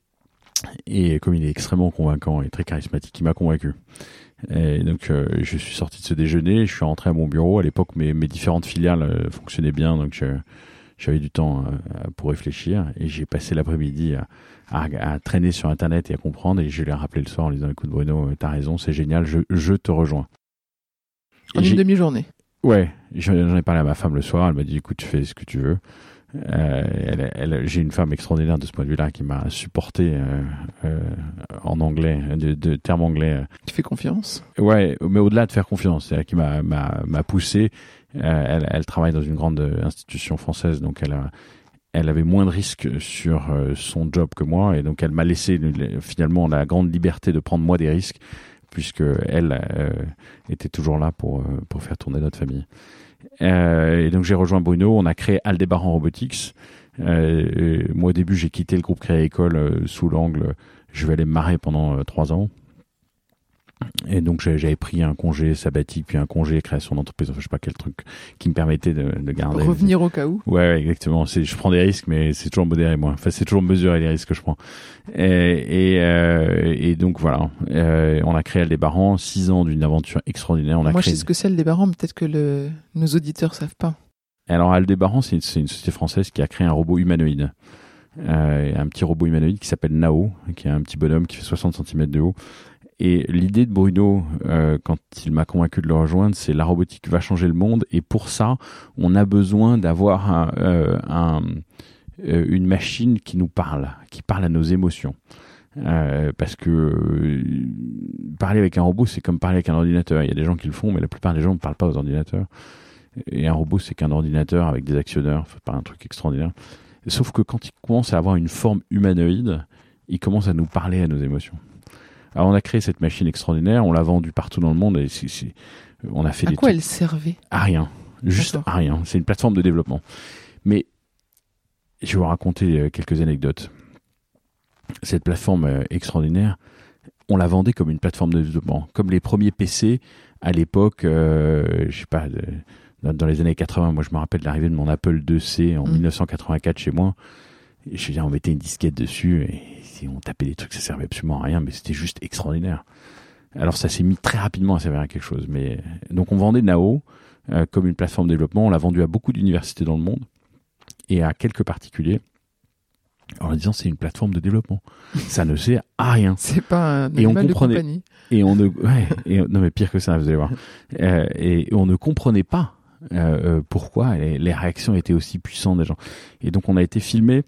Et comme il est extrêmement convaincant et très charismatique, il m'a convaincu. Et donc, euh, je suis sorti de ce déjeuner, je suis rentré à mon bureau. À l'époque, mes, mes différentes filiales euh, fonctionnaient bien, donc je, j'avais du temps euh, pour réfléchir. Et j'ai passé l'après-midi à, à, à traîner sur Internet et à comprendre. Et je lui ai rappelé le soir en lui disant, écoute Bruno, t'as raison, c'est génial, je, je te rejoins. En et une j'ai... demi-journée. Ouais, j'en ai parlé à ma femme le soir, elle m'a dit, écoute, tu fais ce que tu veux. Euh, elle, elle, j'ai une femme extraordinaire de ce point de vue-là qui m'a supporté euh, euh, en anglais, de, de termes anglais. Tu fais confiance? Ouais, mais au-delà de faire confiance, c'est elle qui m'a, m'a, m'a poussé. Euh, elle, elle travaille dans une grande institution française, donc elle a, elle avait moins de risques sur euh, son job que moi, et donc elle m'a laissé finalement la grande liberté de prendre moi des risques, puisque elle euh, était toujours là pour pour faire tourner notre famille. Euh, et donc j'ai rejoint Bruno, on a créé Aldébaran Robotics. Euh, moi au début j'ai quitté le groupe Crédit Agricole euh, sous l'angle je vais aller me marrer pendant euh, trois ans. Et donc j'avais pris un congé sabbatique puis un congé création d'entreprise, enfin je sais pas quel truc qui me permettait de, de garder. Revenir au cas où. Ouais, exactement. C'est, je prends des risques, mais c'est toujours modéré moi. Enfin c'est toujours mesurer les risques que je prends. Et, et, euh, et donc voilà, euh, on a créé Aldébaran, six ans d'une aventure extraordinaire. On a moi créé... je sais ce que c'est Aldébaran, mais peut-être que le... nos auditeurs savent pas. Alors Aldébaran, c'est une, c'est une société française qui a créé un robot humanoïde. Euh, un petit robot humanoïde qui s'appelle Nao, qui est un petit bonhomme qui fait soixante centimètres de haut. Et l'idée de Bruno, euh, quand il m'a convaincu de le rejoindre, c'est la robotique va changer le monde. Et pour ça, on a besoin d'avoir un, euh, un, euh, une machine qui nous parle, qui parle à nos émotions. Euh, parce que euh, parler avec un robot, c'est comme parler avec un ordinateur. Il y a des gens qui le font, mais la plupart des gens ne parlent pas aux ordinateurs. Et un robot, c'est qu'un ordinateur avec des actionneurs. C'est pas un truc extraordinaire. Sauf que quand il commence à avoir une forme humanoïde, il commence à nous parler à nos émotions. Alors on a créé cette machine extraordinaire, on l'a vendue partout dans le monde et c'est, c'est, on a fait à des quoi trucs... elle servait? À rien, juste D'accord. à rien. C'est une plateforme de développement. Mais je vais vous raconter quelques anecdotes. Cette plateforme extraordinaire, on la vendait comme une plateforme de développement, comme les premiers P C à l'époque. Euh, je sais pas, de, dans, dans les années quatre-vingts. Moi, je me rappelle de l'arrivée de mon Apple deux C en mmh. dix-neuf cent quatre-vingt-quatre chez moi. Et je veux dire, on mettait une disquette dessus et si on tapait des trucs, ça servait absolument à rien, mais c'était juste extraordinaire. Alors ça s'est mis très rapidement à servir à quelque chose. Mais donc on vendait Nao euh, comme une plateforme de développement. On l'a vendu à beaucoup d'universités dans le monde et à quelques particuliers en leur disant c'est une plateforme de développement. Ça ne sert à rien. C'est pas un animal de compagnie. Et on ne, ouais, et, non mais pire que ça, vous allez voir. Euh, et on ne comprenait pas euh, pourquoi les, les réactions étaient aussi puissantes des gens. Et donc on a été filmé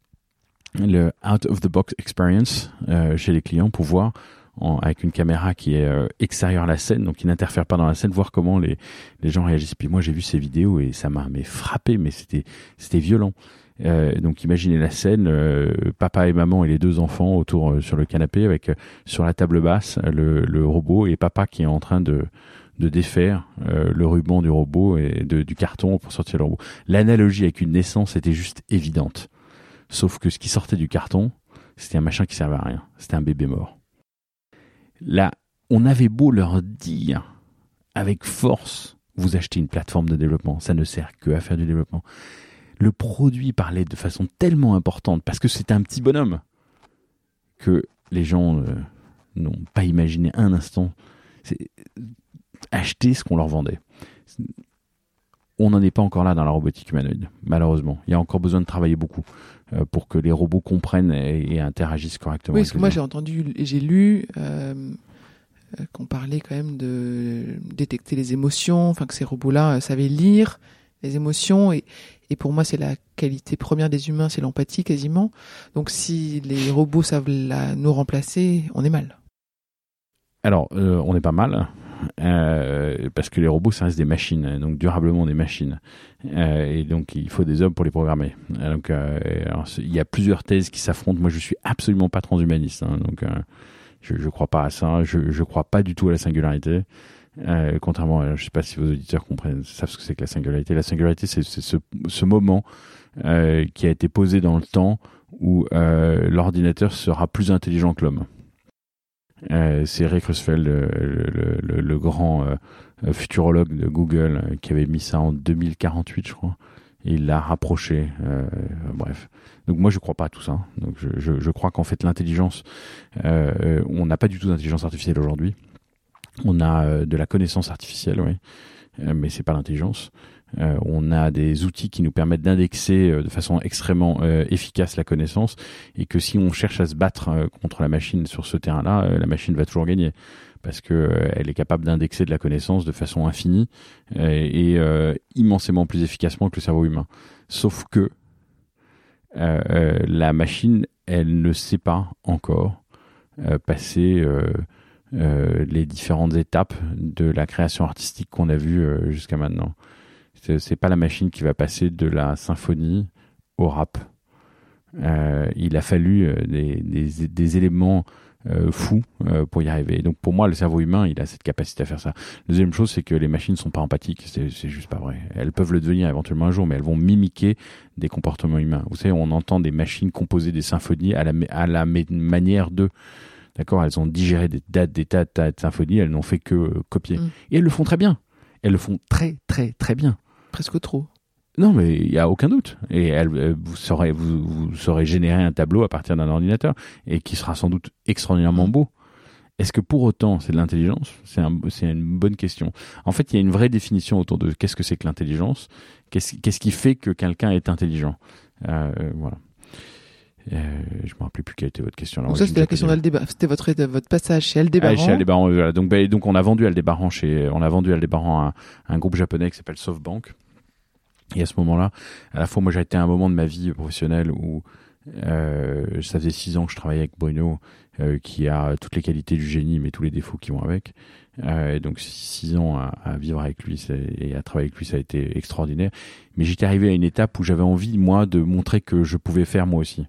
le out of the box experience euh, chez les clients pour voir en, avec une caméra qui est euh, extérieure à la scène, donc qui n'interfère pas dans la scène, voir comment les les gens réagissent. Puis moi j'ai vu ces vidéos et ça m'a mais frappé, mais c'était c'était violent. Euh, donc imaginez la scène, euh, papa et maman et les deux enfants autour euh, sur le canapé avec euh, sur la table basse le, le robot et papa qui est en train de de défaire euh, le ruban du robot et de, du carton pour sortir le robot. L'analogie avec une naissance était juste évidente. Sauf que ce qui sortait du carton, c'était un machin qui servait à rien. C'était un bébé mort. La on avait beau leur dire avec force, vous achetez une plateforme de développement, ça ne sert que à faire du développement. Le produit parlait de façon tellement importante, parce que c'était un petit bonhomme, que les gens euh, n'ont pas imaginé un instant c'est acheter ce qu'on leur vendait. On n'en est pas encore là dans la robotique humanoïde, malheureusement. Il y a encore besoin de travailler beaucoup euh, pour que les robots comprennent et, et interagissent correctement. Oui, parce que moi j'ai entendu et j'ai lu euh, euh, qu'on parlait quand même de détecter les émotions, enfin que ces robots-là euh, savaient lire les émotions et, et pour moi c'est la qualité première des humains, c'est l'empathie quasiment. Donc si les robots savent la, nous remplacer, on est mal. Alors, euh, on n'est pas mal, euh, parce que les robots, ça reste des machines, donc durablement des machines. Euh, et donc, il faut des hommes pour les programmer. Donc, euh, alors, il y a plusieurs thèses qui s'affrontent. Moi, je suis absolument pas transhumaniste, hein, donc euh, je ne crois pas à ça. Je ne crois pas du tout à la singularité. Euh, contrairement, à, je ne sais pas si vos auditeurs comprennent, savent ce que c'est que la singularité. La singularité, c'est, c'est ce, ce moment euh, qui a été posé dans le temps où euh, l'ordinateur sera plus intelligent que l'homme. Euh, c'est Ray Kurzweil, le, le, le, le grand euh, futurologue de Google, euh, qui avait mis ça en deux mille quarante-huit, je crois. Et il l'a rapproché. Euh, bref. Donc moi, je crois pas à tout ça. Donc je, je, je crois qu'en fait, l'intelligence, euh, on n'a pas du tout d'intelligence artificielle aujourd'hui. On a euh, de la connaissance artificielle, oui, euh, mais c'est pas l'intelligence. Euh, on a des outils qui nous permettent d'indexer euh, de façon extrêmement euh, efficace la connaissance, et que si on cherche à se battre euh, contre la machine sur ce terrain-là, euh, la machine va toujours gagner, parce que euh, elle est capable d'indexer de la connaissance de façon infinie euh, et euh, immensément plus efficacement que le cerveau humain. Sauf que euh, euh, la machine, elle ne sait pas encore euh, passer euh, euh, les différentes étapes de la création artistique qu'on a vues euh, jusqu'à maintenant. C'est, c'est pas la machine qui va passer de la symphonie au rap. Euh, il a fallu euh, des, des, des éléments euh, fous euh, pour y arriver. Donc pour moi, le cerveau humain, il a cette capacité à faire ça. La deuxième chose, c'est que les machines sont pas empathiques. C'est, c'est juste pas vrai. Elles peuvent le devenir éventuellement un jour, mais elles vont mimiquer des comportements humains. Vous savez, on entend des machines composer des symphonies à la, à la manière de... D'accord, elles ont digéré des dates, des tas, tas de symphonies, elles n'ont fait que euh, copier. Mmh. Et elles le font très bien. Elles le font très, très, très bien. Presque trop. Non, mais il n'y a aucun doute. Et elle, vous, saurez, vous, vous saurez générer un tableau à partir d'un ordinateur, et qui sera sans doute extraordinairement beau. Est-ce que pour autant c'est de l'intelligence ? C'est, un, c'est une bonne question. En fait, il y a une vraie définition autour de qu'est-ce que c'est que l'intelligence. Qu'est-ce, qu'est-ce qui fait que quelqu'un est intelligent ? euh, Voilà. Euh, je me rappelle plus quelle était votre question. Alors, donc ça, c'était la question d'Aldébaran. C'était votre, votre passage chez Aldébaran. Ah, chez Aldébaran, voilà. Donc, bah, donc, on a vendu Aldébaran chez, on a vendu Aldébaran à, à un groupe japonais qui s'appelle SoftBank. Et à ce moment-là, à la fois, moi, j'ai été à un moment de ma vie professionnelle où euh, ça faisait six ans que je travaillais avec Bruno, euh, qui a toutes les qualités du génie, mais tous les défauts qui vont avec. Euh, et donc, six ans à, à vivre avec lui et à travailler avec lui, ça a été extraordinaire. Mais j'étais arrivé à une étape où j'avais envie, moi, de montrer que je pouvais faire moi aussi.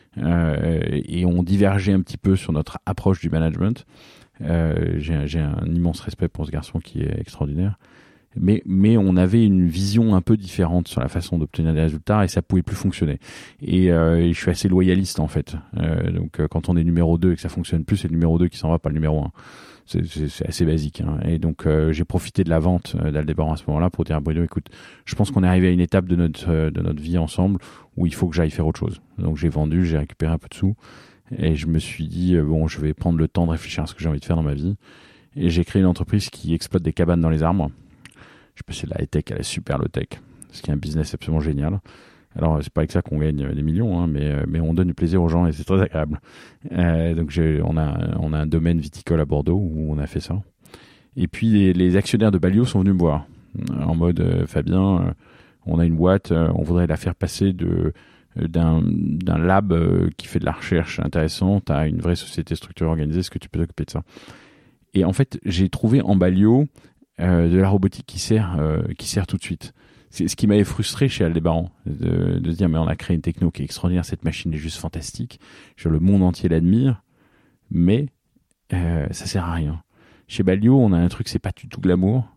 Euh, et on divergeait un petit peu sur notre approche du management. Euh, j'ai, j'ai un immense respect pour ce garçon qui est extraordinaire. Mais, mais on avait une vision un peu différente sur la façon d'obtenir des résultats, et ça pouvait plus fonctionner. Et, euh, et je suis assez loyaliste, en fait. Euh, donc, quand on est numéro deux et que ça fonctionne plus, c'est le numéro deux qui s'en va, pas le numéro un. C'est, c'est, c'est assez basique, hein. Et donc euh, j'ai profité de la vente euh, d'Aldébaran à ce moment-là pour dire à Bruno, écoute, je pense qu'on est arrivé à une étape de notre euh, de notre vie ensemble où il faut que j'aille faire autre chose. Donc j'ai vendu, j'ai récupéré un peu de sous, et je me suis dit euh, bon, je vais prendre le temps de réfléchir à ce que j'ai envie de faire dans ma vie. Et j'ai créé une entreprise qui exploite des cabanes dans les arbres. Je sais pas si c'est de la high-tech, elle est super low-tech, ce qui est un business absolument génial. Alors, c'est pas avec ça qu'on gagne des millions, hein, mais, mais on donne du plaisir aux gens et c'est très agréable. Euh, donc, j'ai, on, a, on a un domaine viticole à Bordeaux où on a fait ça. Et puis, les, les actionnaires de Balio sont venus me voir en mode euh, Fabien, euh, on a une boîte, euh, on voudrait la faire passer de, d'un, d'un lab euh, qui fait de la recherche intéressante à une vraie société structurée organisée. Est-ce que tu peux t'occuper de ça ? Et en fait, j'ai trouvé en Balio euh, de la robotique qui sert, euh, qui sert tout de suite. C'est ce qui m'avait frustré chez Aldébaran, de, de se dire mais on a créé une techno qui est extraordinaire, cette machine est juste fantastique, le monde entier l'admire, mais euh, ça sert à rien. Chez Balio, on a un truc, c'est pas du tout glamour.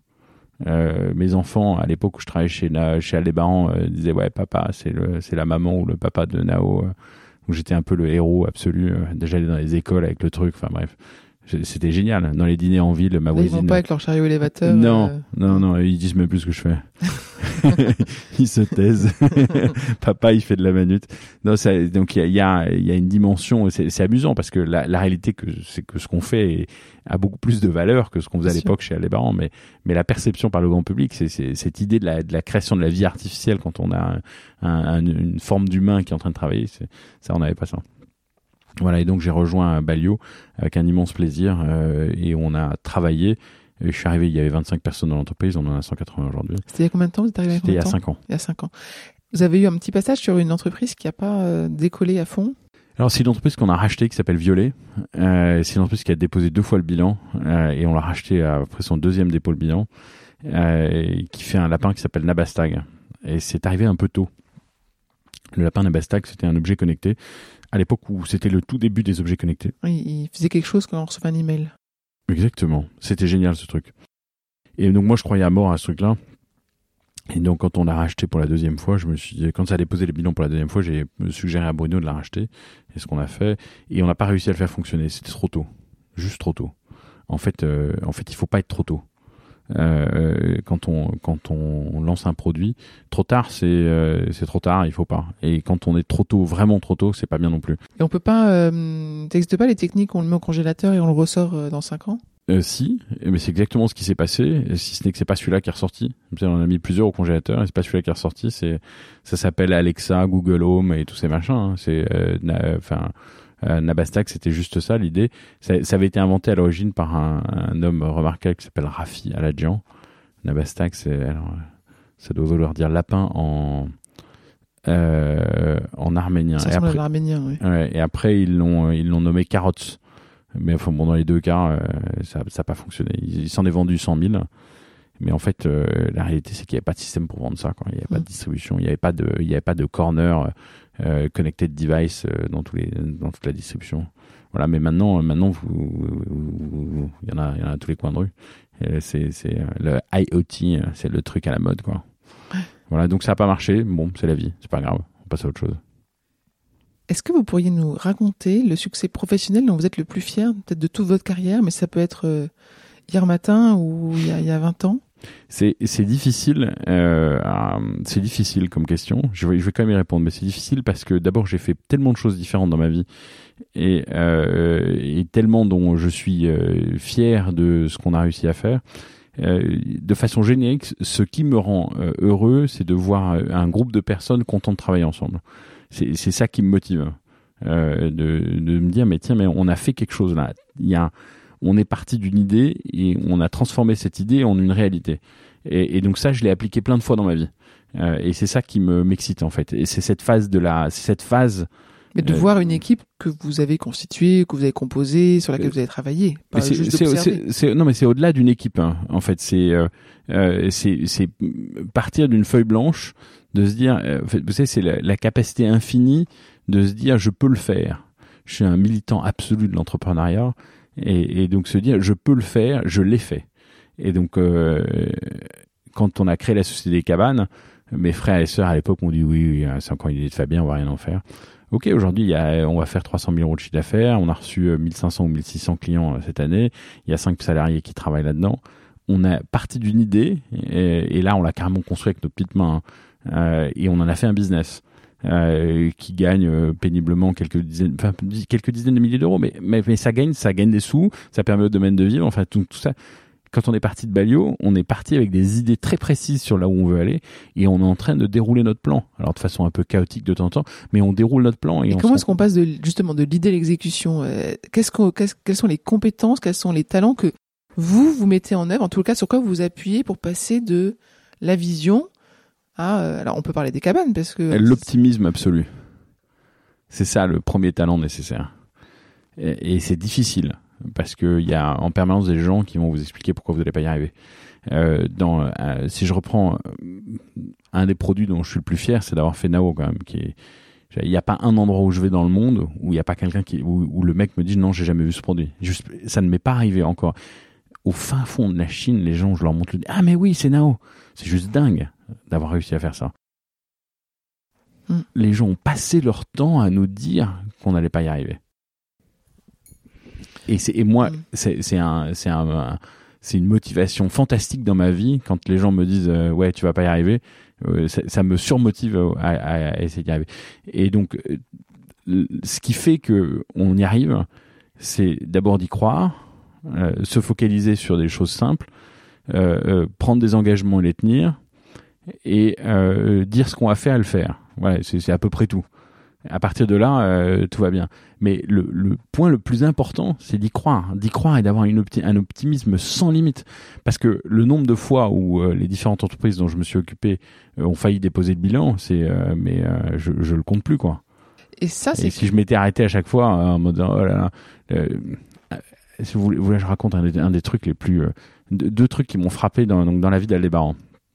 Euh, mes enfants, à l'époque où je travaillais chez, chez Aldébaran, euh, disaient ouais papa, c'est, le, c'est la maman ou le papa de Nao. Donc j'étais un peu le héros absolu. Déjà j'allais dans les écoles avec le truc, enfin bref. C'était génial. Dans les dîners en ville, ma Là, voisine. Ils vont pas avec leur chariot élévateur. Non, euh... non, non, ils disent même plus ce que je fais. Ils se taisent. Papa, il fait de la manute. Non, ça, donc il y a, y, a, y a une dimension. C'est, c'est amusant parce que la, la réalité, que, c'est que ce qu'on fait est, a beaucoup plus de valeur que ce qu'on faisait à l'époque chez Aldebaran. Mais, mais la perception par le grand public, c'est, c'est cette idée de la, de la création de la vie artificielle quand on a un, un, une forme d'humain qui est en train de travailler. C'est, ça, on n'avait pas ça. Voilà, et donc j'ai rejoint Balio avec un immense plaisir euh, et on a travaillé. Et je suis arrivé, il y avait vingt-cinq personnes dans l'entreprise, on en a cent quatre-vingts aujourd'hui. C'était il y a combien de temps? Vous êtes arrivé C'était il y a cinq ans. Il y a cinq ans. Vous avez eu un petit passage sur une entreprise qui n'a pas euh, décollé à fond? Alors c'est une entreprise qu'on a rachetée qui s'appelle Violet. Euh, c'est une entreprise qui a déposé deux fois le bilan euh, et on l'a racheté après son deuxième dépôt le bilan, euh, qui fait un lapin qui s'appelle Nabastag. Et c'est arrivé un peu tôt. Le lapin Nabastag, c'était un objet connecté à l'époque où c'était le tout début des objets connectés. Oui, il faisait quelque chose quand on recevait un email. Exactement. C'était génial ce truc. Et donc moi je croyais à mort à ce truc-là. Et donc quand on l'a racheté pour la deuxième fois, je me suis dit, quand ça a déposé les bilans pour la deuxième fois, j'ai suggéré à Bruno de la racheter. Et ce qu'on a fait. Et on n'a pas réussi à le faire fonctionner. C'était trop tôt. Juste trop tôt. En fait, euh, en fait il faut pas être trop tôt. Euh, quand on quand on lance un produit, trop tard c'est euh, c'est trop tard, il faut pas. Et quand on est trop tôt, vraiment trop tôt, c'est pas bien non plus. Et on peut pas, euh, n'existe pas les techniques où on le met au congélateur et on le ressort euh, dans cinq ans? Euh, si, mais c'est exactement ce qui s'est passé. Si ce n'est que c'est pas celui-là qui est ressorti. On en a mis plusieurs au congélateur et c'est pas celui-là qui est ressorti. C'est ça s'appelle Alexa, Google Home et tous ces machins. Hein. C'est enfin. Euh, Euh, Nabastag, c'était juste ça l'idée. Ça, ça avait été inventé à l'origine par un, un homme remarquable qui s'appelle Rafi Aladjian. Nabastag, c'est alors, ça doit vouloir dire lapin en euh, en arménien. Ça et ressemble après, à l'arménien, oui. Ouais, et après ils l'ont ils l'ont nommé Carrots. Mais enfin bon, dans les deux cas, euh, ça ça a pas fonctionné. Il, il s'en est vendu cent mille. Mais en fait, euh, la réalité, c'est qu'il n'y avait pas de système pour vendre ça, quoi. Il n'y avait pas de distribution, il n'y avait pas de, il n'y avait pas de corner euh, connected device euh, dans tous les, dans toute la distribution. Voilà. Mais maintenant, maintenant, vous, vous, vous, il y en a, il y en a à tous les coins de rue. Et c'est, c'est le I O T, c'est le truc à la mode, quoi. Voilà. Donc ça n'a pas marché. Bon, c'est la vie, c'est pas grave. On passe à autre chose. Est-ce que vous pourriez nous raconter le succès professionnel dont vous êtes le plus fier, peut-être de toute votre carrière, mais ça peut être euh, hier matin ou il y a, il y a vingt ans? C'est, c'est difficile, euh, c'est difficile comme question. Je vais, je vais quand même y répondre, mais c'est difficile parce que d'abord j'ai fait tellement de choses différentes dans ma vie et, euh, et tellement dont je suis euh, fier de ce qu'on a réussi à faire. Euh, de façon générique, ce qui me rend euh, heureux, c'est de voir un groupe de personnes contents de travailler ensemble. C'est, c'est ça qui me motive, euh, de, de me dire mais tiens, mais on a fait quelque chose là. Il y a On est parti d'une idée et on a transformé cette idée en une réalité. Et, et donc ça, je l'ai appliqué plein de fois dans ma vie. Euh, et c'est ça qui me m'excite en fait. Et c'est cette phase de la, c'est cette phase. Mais de euh, voir une équipe que vous avez constituée, que vous avez composée, sur laquelle euh, vous avez travaillé, pas c'est, juste c'est, d'observer. C'est, c'est, non, mais c'est au-delà d'une équipe. Hein. En fait, c'est, euh, euh, c'est, c'est partir d'une feuille blanche, de se dire, euh, vous savez, c'est la, la capacité infinie de se dire, je peux le faire. Je suis un militant absolu de l'entrepreneuriat. Et, et donc se dire je peux le faire, je l'ai fait. Et donc euh, quand on a créé la Société des Cabanes, mes frères et sœurs à l'époque m'ont dit oui, oui c'est encore une idée de Fabien, on va rien en faire. Ok, aujourd'hui il y a, on va faire trois cent mille euros de chiffre d'affaires, on a reçu mille cinq cents ou mille six cents clients cette année, il y a cinq salariés qui travaillent là-dedans. On a parti d'une idée et, et là on l'a carrément construit avec nos petites mains euh, et on en a fait un business. Euh, qui gagne euh, péniblement quelques dizaines, enfin quelques dizaines de milliers d'euros, mais, mais mais ça gagne, ça gagne des sous, ça permet au domaine de vivre, enfin tout, tout ça. Quand on est parti de Balio, on est parti avec des idées très précises sur là où on veut aller, et on est en train de dérouler notre plan. Alors de façon un peu chaotique de temps en temps, mais on déroule notre plan. Et, et on comment s'en... est-ce qu'on passe de justement de l'idée à l'exécution? euh, qu'est-ce qu'on, qu'est-ce, quelles sont les compétences, quels sont les talents que vous vous mettez en œuvre, en tout cas sur quoi vous vous appuyez pour passer de la vision à, euh, alors on peut parler des cabanes parce que l'optimisme absolu. C'est ça le premier talent nécessaire. Et, et c'est difficile parce qu'il y a en permanence des gens qui vont vous expliquer pourquoi vous n'allez pas y arriver. Euh, dans, euh, si je reprends un des produits dont je suis le plus fier, c'est d'avoir fait Nao quand même. Qui est, il n'y a pas un endroit où je vais dans le monde où il n'y a pas quelqu'un qui, où, où le mec me dit non, j'ai jamais vu ce produit. Juste, ça ne m'est pas arrivé encore. Au fin fond de la Chine, les gens, je leur montre le ah mais oui, c'est Nao. C'est juste dingue d'avoir réussi à faire ça. Mm. Les gens ont passé leur temps à nous dire qu'on n'allait pas y arriver. et, c'est, et moi, Mm. c'est, c'est, un, c'est, un, un, c'est une motivation fantastique dans ma vie quand les gens me disent euh, ouais, tu vas pas y arriver. Euh, ça, ça me surmotive à, à, à essayer d'y arriver. Et donc, euh, ce qui fait que on y arrive, c'est d'abord d'y croire, euh, se focaliser sur des choses simples, euh, euh, prendre des engagements et les tenir, et euh, dire ce qu'on va faire et le faire. Voilà, c'est, c'est à peu près tout. À partir de là, euh, tout va bien. Mais le, le point le plus important, c'est d'y croire, d'y croire et d'avoir une opti- un optimisme sans limite. Parce que le nombre de fois où euh, les différentes entreprises dont je me suis occupé euh, ont failli déposer le bilan, c'est, euh, mais euh, je, je le compte plus, quoi. Et ça, c'est Et si je m'étais arrêté à chaque fois en mode oh là là, euh, si vous voulez, vous voulez, je raconte un des, un des trucs les plus, euh, deux, deux trucs qui m'ont frappé dans, donc dans la vie d'Aldébaran.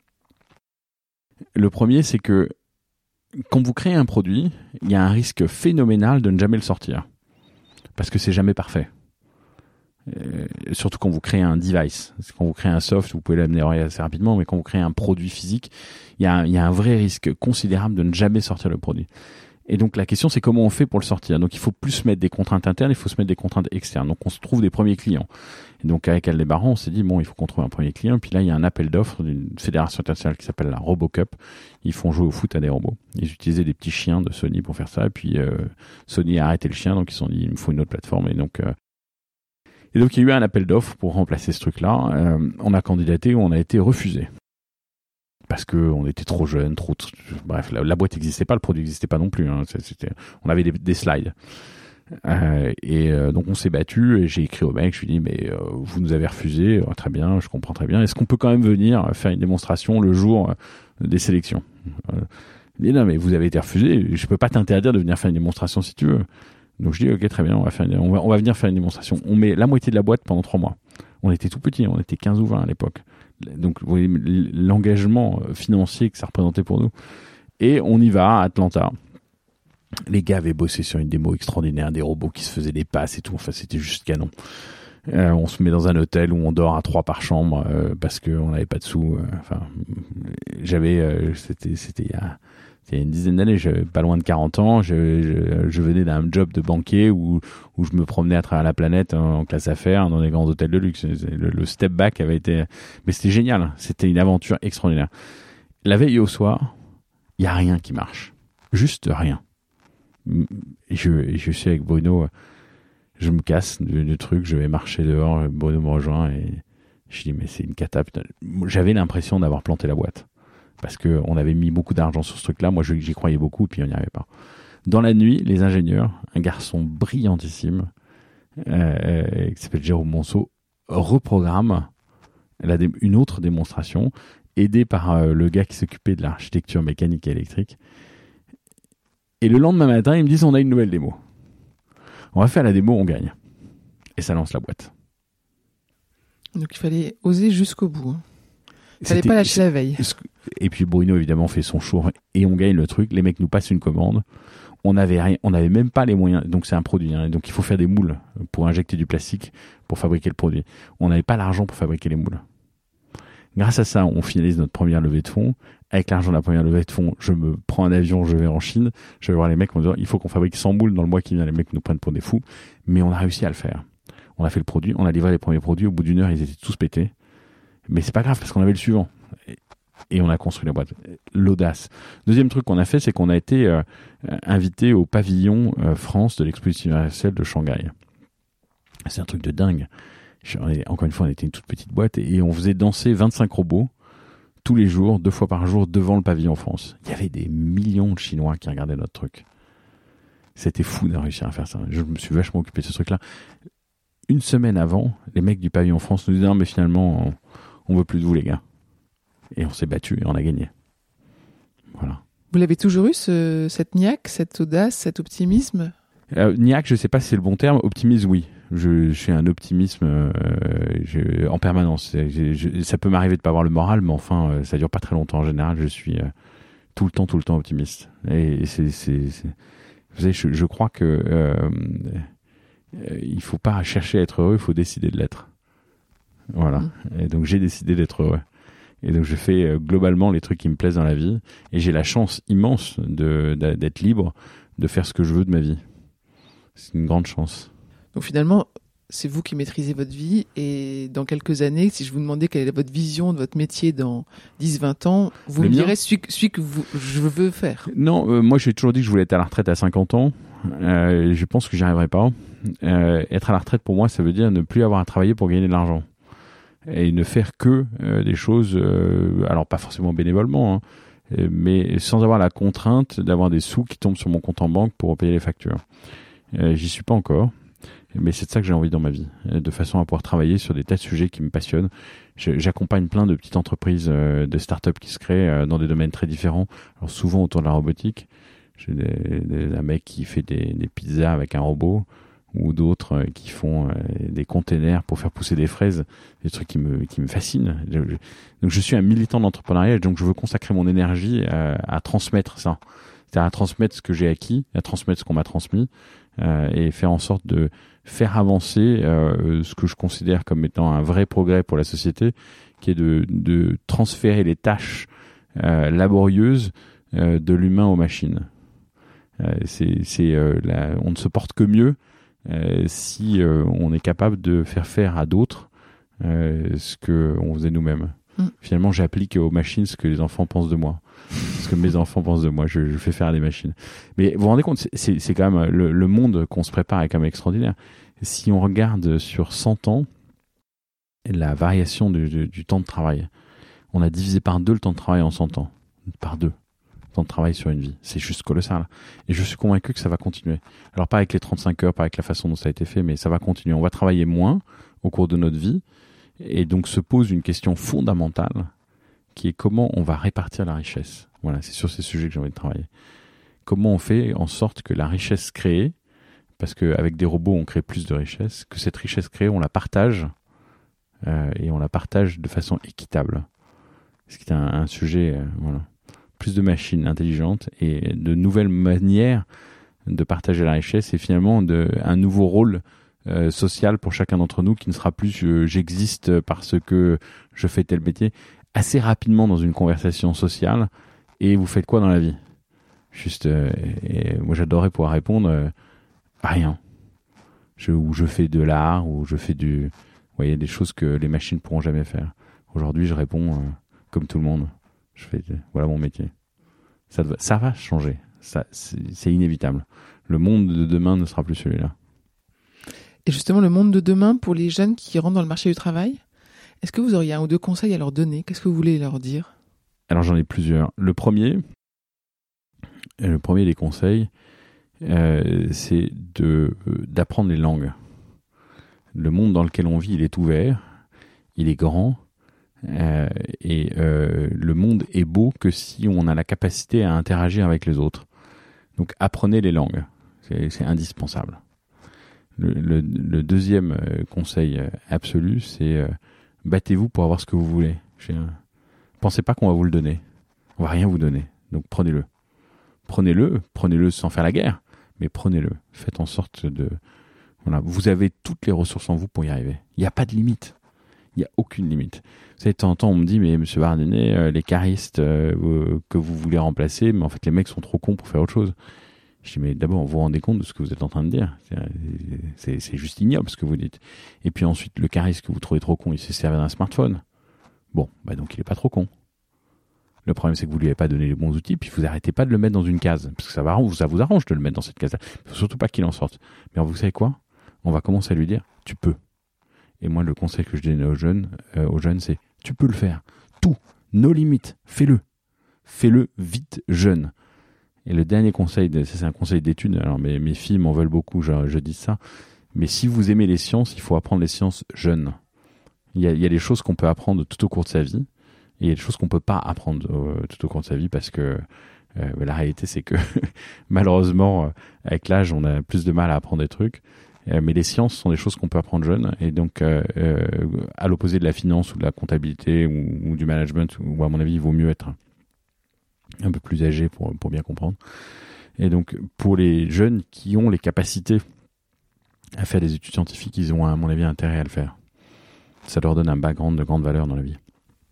Le premier, c'est que quand vous créez un produit, il y a un risque phénoménal de ne jamais le sortir. Parce que c'est jamais parfait. Euh, surtout quand vous créez un device. Quand vous créez un soft, vous pouvez l'améliorer assez rapidement, mais quand vous créez un produit physique, il y a un, il y a un vrai risque considérable de ne jamais sortir le produit. Et donc la question, c'est comment on fait pour le sortir. Donc il faut plus mettre des contraintes internes, il faut se mettre des contraintes externes. Donc on se trouve des premiers clients. Et donc avec Aldébaran, on s'est dit bon, il faut qu'on trouve un premier client. Puis là, il y a un appel d'offres d'une fédération internationale qui s'appelle la RoboCup. Ils font jouer au foot à des robots. Ils utilisaient des petits chiens de Sony pour faire ça. Et puis euh, Sony a arrêté le chien, donc ils se sont dit il me faut une autre plateforme. Et donc euh, et donc il y a eu un appel d'offres pour remplacer ce truc-là. Euh, on a candidaté, on a été refusé. Parce que on était trop jeunes, trop, trop bref, la, la boîte n'existait pas, le produit n'existait pas non plus. Hein, c'était, on avait des, des slides. Euh, et euh, donc on s'est battu et j'ai écrit au mec, je lui ai dit mais euh, vous nous avez refusé, euh, très bien, je comprends très bien. Est-ce qu'on peut quand même venir faire une démonstration le jour euh, des sélections? euh, Il dit non mais vous avez été refusé, je peux pas t'interdire de venir faire une démonstration si tu veux. Donc je dis ok très bien, on va faire, une, on va, on va venir faire une démonstration. On met la moitié de la boîte pendant trois mois. On était tout petits, on était quinze ou vingt à l'époque. Donc vous voyez l'engagement financier que ça représentait pour nous. Et on y va à Atlanta. Les gars avaient bossé sur une démo extraordinaire, des robots qui se faisaient des passes et tout. Enfin, c'était juste canon. Euh, on se met dans un hôtel où on dort à trois par chambre euh, parce qu'on n'avait pas de sous. Euh, enfin, j'avais, euh, c'était, c'était il y a, il y a une dizaine d'années, j'avais pas loin de quarante ans. Je, je, je venais d'un job de banquier où, où je me promenais à travers la planète en, en classe affaires dans des grands hôtels de luxe. Le, le step back avait été, mais c'était génial. C'était une aventure extraordinaire. La veille au soir, il y a rien qui marche, juste rien. Et je, je suis avec Bruno, je me casse du, du truc, je vais marcher dehors, Bruno me rejoint et je dis mais c'est une cata. Putain. J'avais l'impression d'avoir planté la boîte parce que on avait mis beaucoup d'argent sur ce truc-là. Moi j'y croyais beaucoup puis on n'y arrivait pas. Dans la nuit, les ingénieurs, un garçon brillantissime euh, qui s'appelle Jérôme Monceau, reprogramme la dé- une autre démonstration aidé par euh, le gars qui s'occupait de l'architecture mécanique et électrique. Et le lendemain matin, ils me disent on a une nouvelle démo. On va faire la démo, on gagne. Et ça lance la boîte. Donc il fallait oser jusqu'au bout. Hein. Il fallait C'était, pas lâcher la veille. Et puis Bruno évidemment fait son show et on gagne le truc. Les mecs nous passent une commande. On n'avait rien, on n'avait même pas les moyens. Donc c'est un produit. Hein, donc il faut faire des moules pour injecter du plastique pour fabriquer le produit. On n'avait pas l'argent pour fabriquer les moules. Grâce à ça, on finalise notre première levée de fonds. Avec l'argent de la première levée de fonds, je me prends un avion, je vais en Chine. Je vais voir les mecs, on me dit il faut qu'on fabrique cent moules dans le mois qui vient. Les mecs nous prennent pour des fous. Mais on a réussi à le faire. On a fait le produit, on a livré les premiers produits. Au bout d'une heure, ils étaient tous pétés. Mais c'est pas grave parce qu'on avait le suivant. Et, et on a construit la boîte. L'audace. Deuxième truc qu'on a fait, c'est qu'on a été euh, invité au pavillon euh, France de l'exposition universelle de Shanghai. C'est un truc de dingue. Encore une fois, on était une toute petite boîte et on faisait danser vingt-cinq robots tous les jours, deux fois par jour, devant le pavillon France. Il y avait des millions de Chinois qui regardaient notre truc. C'était fou d'avoir réussi à faire ça. Je me suis vachement occupé de ce truc-là. Une semaine avant, les mecs du pavillon France nous disaient non mais finalement, on, on veut plus de vous les gars. Et on s'est battu et on a gagné. Voilà. Vous l'avez toujours eu, ce, cette niaque, cette audace, cet optimisme? euh, Niaque, je sais pas si c'est le bon terme. Optimisme, oui. Je, je suis un optimisme euh, je, en permanence. Je, je, ça peut m'arriver de pas avoir le moral, mais enfin, euh, ça dure pas très longtemps. En général, je suis euh, tout le temps, tout le temps optimiste. Et c'est, c'est, c'est... vous savez, je, je crois que euh, euh, il faut pas chercher à être heureux, il faut décider de l'être. Voilà. Mmh. Et donc j'ai décidé d'être heureux. Et donc je fais euh, globalement les trucs qui me plaisent dans la vie. Et j'ai la chance immense de, de, d'être libre, de faire ce que je veux de ma vie. C'est une grande chance. Donc finalement, c'est vous qui maîtrisez votre vie. Et dans quelques années, si je vous demandais quelle est votre vision de votre métier dans dix vingt ans, vous Le me mien direz celui, celui que vous, je veux faire. Non, euh, moi j'ai toujours dit que je voulais être à la retraite à cinquante ans. Euh, je pense que j'y arriverai pas. Euh, être à la retraite pour moi, ça veut dire ne plus avoir à travailler pour gagner de l'argent. Et ne faire que euh, des choses, euh, alors pas forcément bénévolement, hein, mais sans avoir la contrainte d'avoir des sous qui tombent sur mon compte en banque pour payer les factures. Euh, j'y suis pas encore, mais c'est de ça que j'ai envie dans ma vie, de façon à pouvoir travailler sur des tas de sujets qui me passionnent. Je, j'accompagne plein de petites entreprises, euh, de start-up qui se créent euh, dans des domaines très différents, alors souvent autour de la robotique. J'ai des, des, un mec qui fait des, des pizzas avec un robot, ou d'autres euh, qui font euh, des containers pour faire pousser des fraises, des trucs qui me qui me fascinent. Je, je, donc je suis un militant d'entrepreneuriat, donc je veux consacrer mon énergie à, à transmettre ça, c'est-à-dire à transmettre ce que j'ai acquis, à transmettre ce qu'on m'a transmis, euh, et faire en sorte de faire avancer euh, ce que je considère comme étant un vrai progrès pour la société, qui est de de transférer les tâches euh, laborieuses euh, de l'humain aux machines. Euh, c'est c'est euh, la, on ne se porte que mieux Euh, si euh, on est capable de faire faire à d'autres euh, ce que on faisait nous-mêmes. Mm. Finalement, j'applique aux machines ce que les enfants pensent de moi, ce que mes enfants pensent de moi. Je, je fais faire à des machines. Mais vous vous rendez compte, c'est, c'est, c'est quand même le, le monde qu'on se prépare est quand même extraordinaire. Si on regarde sur cent ans, la variation du, du, du temps de travail, on a divisé par deux le temps de travail en cent ans, par deux. Temps de travail sur une vie. C'est juste colossal. Et je suis convaincu que ça va continuer. Alors pas avec les trente-cinq heures, pas avec la façon dont ça a été fait, mais ça va continuer. On va travailler moins au cours de notre vie. Et donc se pose une question fondamentale qui est comment on va répartir la richesse. Voilà, c'est sur ces sujets que j'ai envie de travailler. Comment on fait en sorte que la richesse créée, parce qu'avec des robots on crée plus de richesse, que cette richesse créée on la partage euh, et on la partage de façon équitable. Ce qui est un, un sujet... Euh, voilà. Plus de machines intelligentes et de nouvelles manières de partager la richesse et finalement de, un nouveau rôle euh, social pour chacun d'entre nous qui ne sera plus euh, j'existe parce que je fais tel métier. Assez rapidement dans une conversation sociale, et vous faites quoi dans la vie ? Juste, euh, et moi j'adorerais pouvoir répondre euh, rien. Je, ou je fais de l'art, ou je fais du, vous voyez, des choses que les machines pourront jamais faire. Aujourd'hui je réponds euh, comme tout le monde. Je fais, voilà mon métier. Ça, ça va changer. Ça, c'est, c'est inévitable. Le monde de demain ne sera plus celui-là. Et justement, le monde de demain, pour les jeunes qui rentrent dans le marché du travail, est-ce que vous auriez un ou deux conseils à leur donner ? Qu'est-ce que vous voulez leur dire ? Alors j'en ai plusieurs. Le premier, le premier des conseils, euh, c'est de, euh, d'apprendre les langues. Le monde dans lequel on vit, il est ouvert, il est grand. Euh, et euh, le monde est beau que si on a la capacité à interagir avec les autres. Donc apprenez les langues, c'est, c'est indispensable. Le, le, le deuxième euh, conseil euh, absolu, c'est euh, battez-vous pour avoir ce que vous voulez. Un... Pensez pas qu'on va vous le donner, on va rien vous donner. Donc prenez-le, prenez-le, prenez-le sans faire la guerre, mais prenez-le. Faites en sorte de, voilà, vous avez toutes les ressources en vous pour y arriver. Il n'y a pas de limite. Il n'y a aucune limite. Vous savez, de temps en temps, on me dit, mais monsieur Bardinet, euh, les caristes euh, que vous voulez remplacer, mais en fait, les mecs sont trop cons pour faire autre chose. Je dis, mais d'abord, vous vous rendez compte de ce que vous êtes en train de dire. C'est, c'est, c'est juste ignoble ce que vous dites. Et puis ensuite, le cariste que vous trouvez trop con, il s'est servi d'un smartphone. Bon, bah donc il est pas trop con. Le problème, c'est que vous lui avez pas donné les bons outils, puis vous arrêtez pas de le mettre dans une case. Parce que ça, va, ça vous arrange de le mettre dans cette case-là. Il faut surtout pas qu'il en sorte. Mais alors, vous savez quoi ? On va commencer à lui dire, tu peux. Et moi, le conseil que je donne aux jeunes, euh, aux jeunes, c'est tu peux le faire. Tout, nos limites, fais-le. Fais-le vite, jeune. Et le dernier conseil, ça c'est un conseil d'étude. Alors mes, mes filles m'en veulent beaucoup, je, je dis ça. Mais si vous aimez les sciences, il faut apprendre les sciences jeunes. Il y a, il y a des choses qu'on peut apprendre tout au cours de sa vie, et il y a des choses qu'on peut pas apprendre euh, tout au cours de sa vie parce que euh, la réalité, c'est que malheureusement, avec l'âge, on a plus de mal à apprendre des trucs. Mais les sciences sont des choses qu'on peut apprendre jeune, et donc euh, euh, à l'opposé de la finance ou de la comptabilité ou, ou du management, où à mon avis il vaut mieux être un peu plus âgé pour, pour bien comprendre. Et donc pour les jeunes qui ont les capacités à faire des études scientifiques, ils ont à mon avis intérêt à le faire. Ça leur donne un background de grande valeur dans la vie.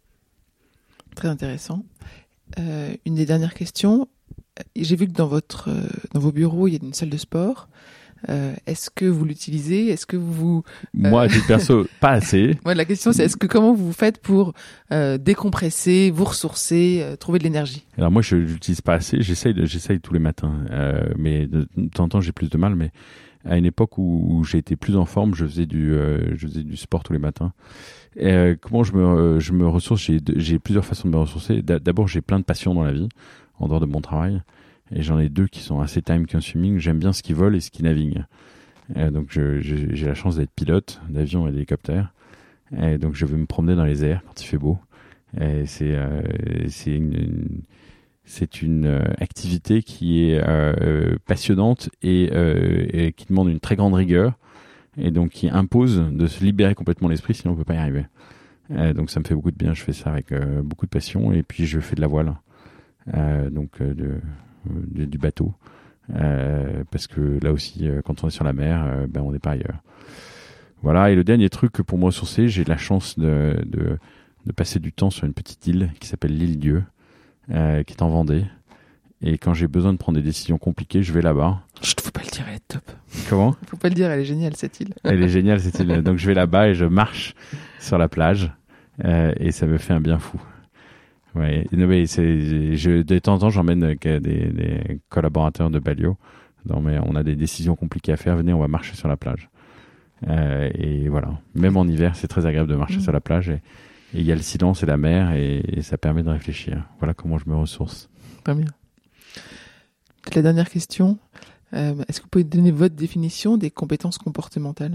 Très intéressant. Euh, une des dernières questions, j'ai vu que dans, votre, dans vos bureaux il y a une salle de sport Euh, est-ce que vous l'utilisez? Est-ce que vous... Moi, à titre perso, pas assez. Ouais, la question, c'est est-ce que comment vous faites pour euh, décompresser, vous ressourcer, euh, trouver de l'énergie? Alors moi, je l'utilise pas assez. J'essaye, de, j'essaye tous les matins, euh, mais de, de temps en temps, j'ai plus de mal. Mais à une époque où, où j'ai été plus en forme, je faisais du, euh, je faisais du sport tous les matins. Et, euh, comment je me, je me ressource? J'ai, j'ai plusieurs façons de me ressourcer. D'abord, j'ai plein de passions dans la vie, en dehors de mon travail. Et j'en ai deux qui sont assez time consuming. J'aime bien ce qui vole et ce qui navigue. Et donc je, je, j'ai la chance d'être pilote d'avion et d'hélicoptère. Et donc je vais me promener dans les airs quand il fait beau. Et c'est euh, c'est une, une c'est une euh, activité qui est euh, passionnante et, euh, et qui demande une très grande rigueur et donc qui impose de se libérer complètement l'esprit, sinon on peut pas y arriver. Et donc ça me fait beaucoup de bien. Je fais ça avec euh, beaucoup de passion et puis je fais de la voile, euh, donc euh, de Du, du bateau, euh, parce que là aussi, euh, quand on est sur la mer, euh, ben on n'est pas ailleurs. Voilà. Et le dernier truc que pour me ressourcer, j'ai la chance de, de, de passer du temps sur une petite île qui s'appelle l'île Dieu, euh, qui est en Vendée. Et quand j'ai besoin de prendre des décisions compliquées, je vais là-bas. Chut, faut pas le dire, elle est top. Comment? Faut pas le dire, elle est géniale cette île. Elle est géniale cette île. Donc je vais là-bas et je marche sur la plage, euh, et ça me fait un bien fou. Ouais, mais c'est, je, de temps en temps, j'emmène des, des collaborateurs de Balio. Non, mais on a des décisions compliquées à faire. Venez, on va marcher sur la plage. Euh, et voilà. Même en hiver, c'est très agréable de marcher mmh. sur la plage. Et il y a le silence et la mer, et, et ça permet de réfléchir. Voilà comment je me ressource. Très bien. Peut-être la dernière question. Euh, est-ce que vous pouvez donner votre définition des compétences comportementales?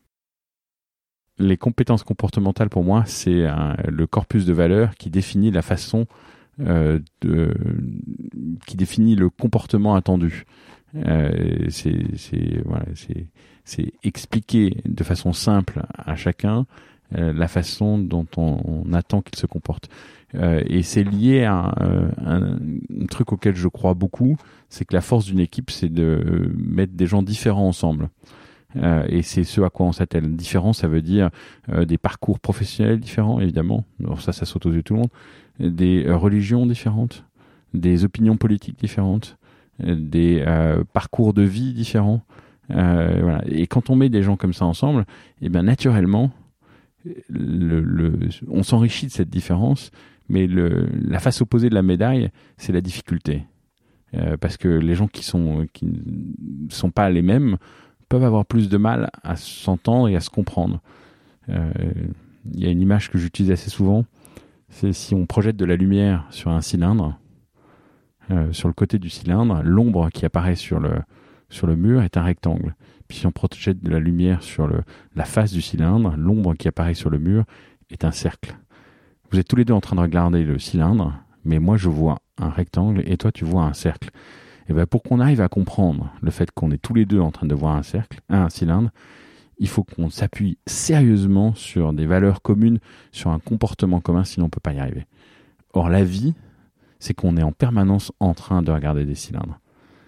Les compétences comportementales, pour moi, c'est un, le corpus de valeurs qui définit la façon, euh, de, qui définit le comportement attendu. Euh, c'est, c'est, voilà, c'est, c'est expliquer de façon simple à chacun euh, la façon dont on, on attend qu'il se comporte. Euh, et c'est lié à un, un, un truc auquel je crois beaucoup, c'est que la force d'une équipe, c'est de mettre des gens différents ensemble. Euh, et c'est ce à quoi on s'attelle. Différent, ça veut dire euh, des parcours professionnels différents, évidemment. Alors ça, ça saute aux yeux de tout le monde. Des euh, religions différentes, des opinions politiques différentes, euh, des euh, parcours de vie différents. Euh, voilà. Et quand on met des gens comme ça ensemble, eh ben naturellement, le, le, on s'enrichit de cette différence. Mais le, la face opposée de la médaille, c'est la difficulté. Euh, parce que les gens qui sont qui ne sont pas les mêmes peuvent avoir plus de mal à s'entendre et à se comprendre. Euh, il y a une image que j'utilise assez souvent, c'est si on projette de la lumière sur un cylindre, euh, sur le côté du cylindre, l'ombre qui apparaît sur le, sur le mur est un rectangle. Puis si on projette de la lumière sur le, la face du cylindre, l'ombre qui apparaît sur le mur est un cercle. Vous êtes tous les deux en train de regarder le cylindre, mais moi je vois un rectangle et toi tu vois un cercle. Et ben pour qu'on arrive à comprendre le fait qu'on est tous les deux en train de voir un cercle, un cylindre, il faut qu'on s'appuie sérieusement sur des valeurs communes, sur un comportement commun, sinon on peut pas y arriver. Or la vie, c'est qu'on est en permanence en train de regarder des cylindres,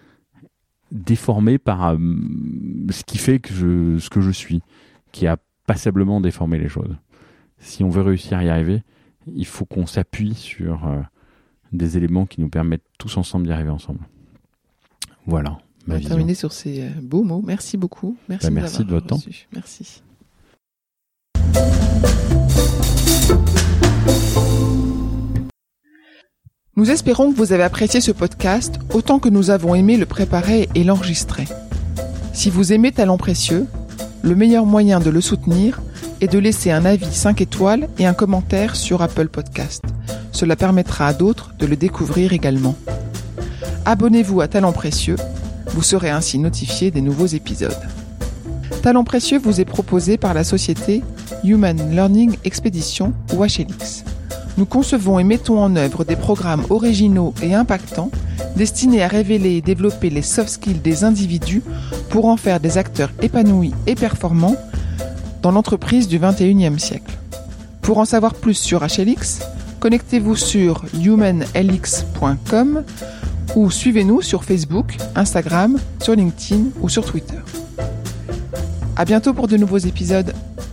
déformés par euh, ce qui fait que je, ce que je suis, qui a passablement déformé les choses. Si on veut réussir à y arriver, il faut qu'on s'appuie sur euh, des éléments qui nous permettent tous ensemble d'y arriver ensemble. Voilà, ma on va vision. terminer sur ces euh, beaux mots. Merci beaucoup. Merci, bah, merci de votre reçu. temps. Merci. Nous espérons que vous avez apprécié ce podcast autant que nous avons aimé le préparer et l'enregistrer. Si vous aimez Talents Précieux, le meilleur moyen de le soutenir est de laisser un avis cinq étoiles et un commentaire sur Apple Podcast. Cela permettra à d'autres de le découvrir également. Abonnez-vous à Talents Précieux, vous serez ainsi notifié des nouveaux épisodes. Talents Précieux vous est proposé par la société Human Learning Expedition ou H L X. Nous concevons et mettons en œuvre des programmes originaux et impactants destinés à révéler et développer les soft skills des individus pour en faire des acteurs épanouis et performants dans l'entreprise du vingt et unième siècle. Pour en savoir plus sur H L X, connectez-vous sur human l x point com ou suivez-nous sur Facebook, Instagram, sur LinkedIn ou sur Twitter. À bientôt pour de nouveaux épisodes.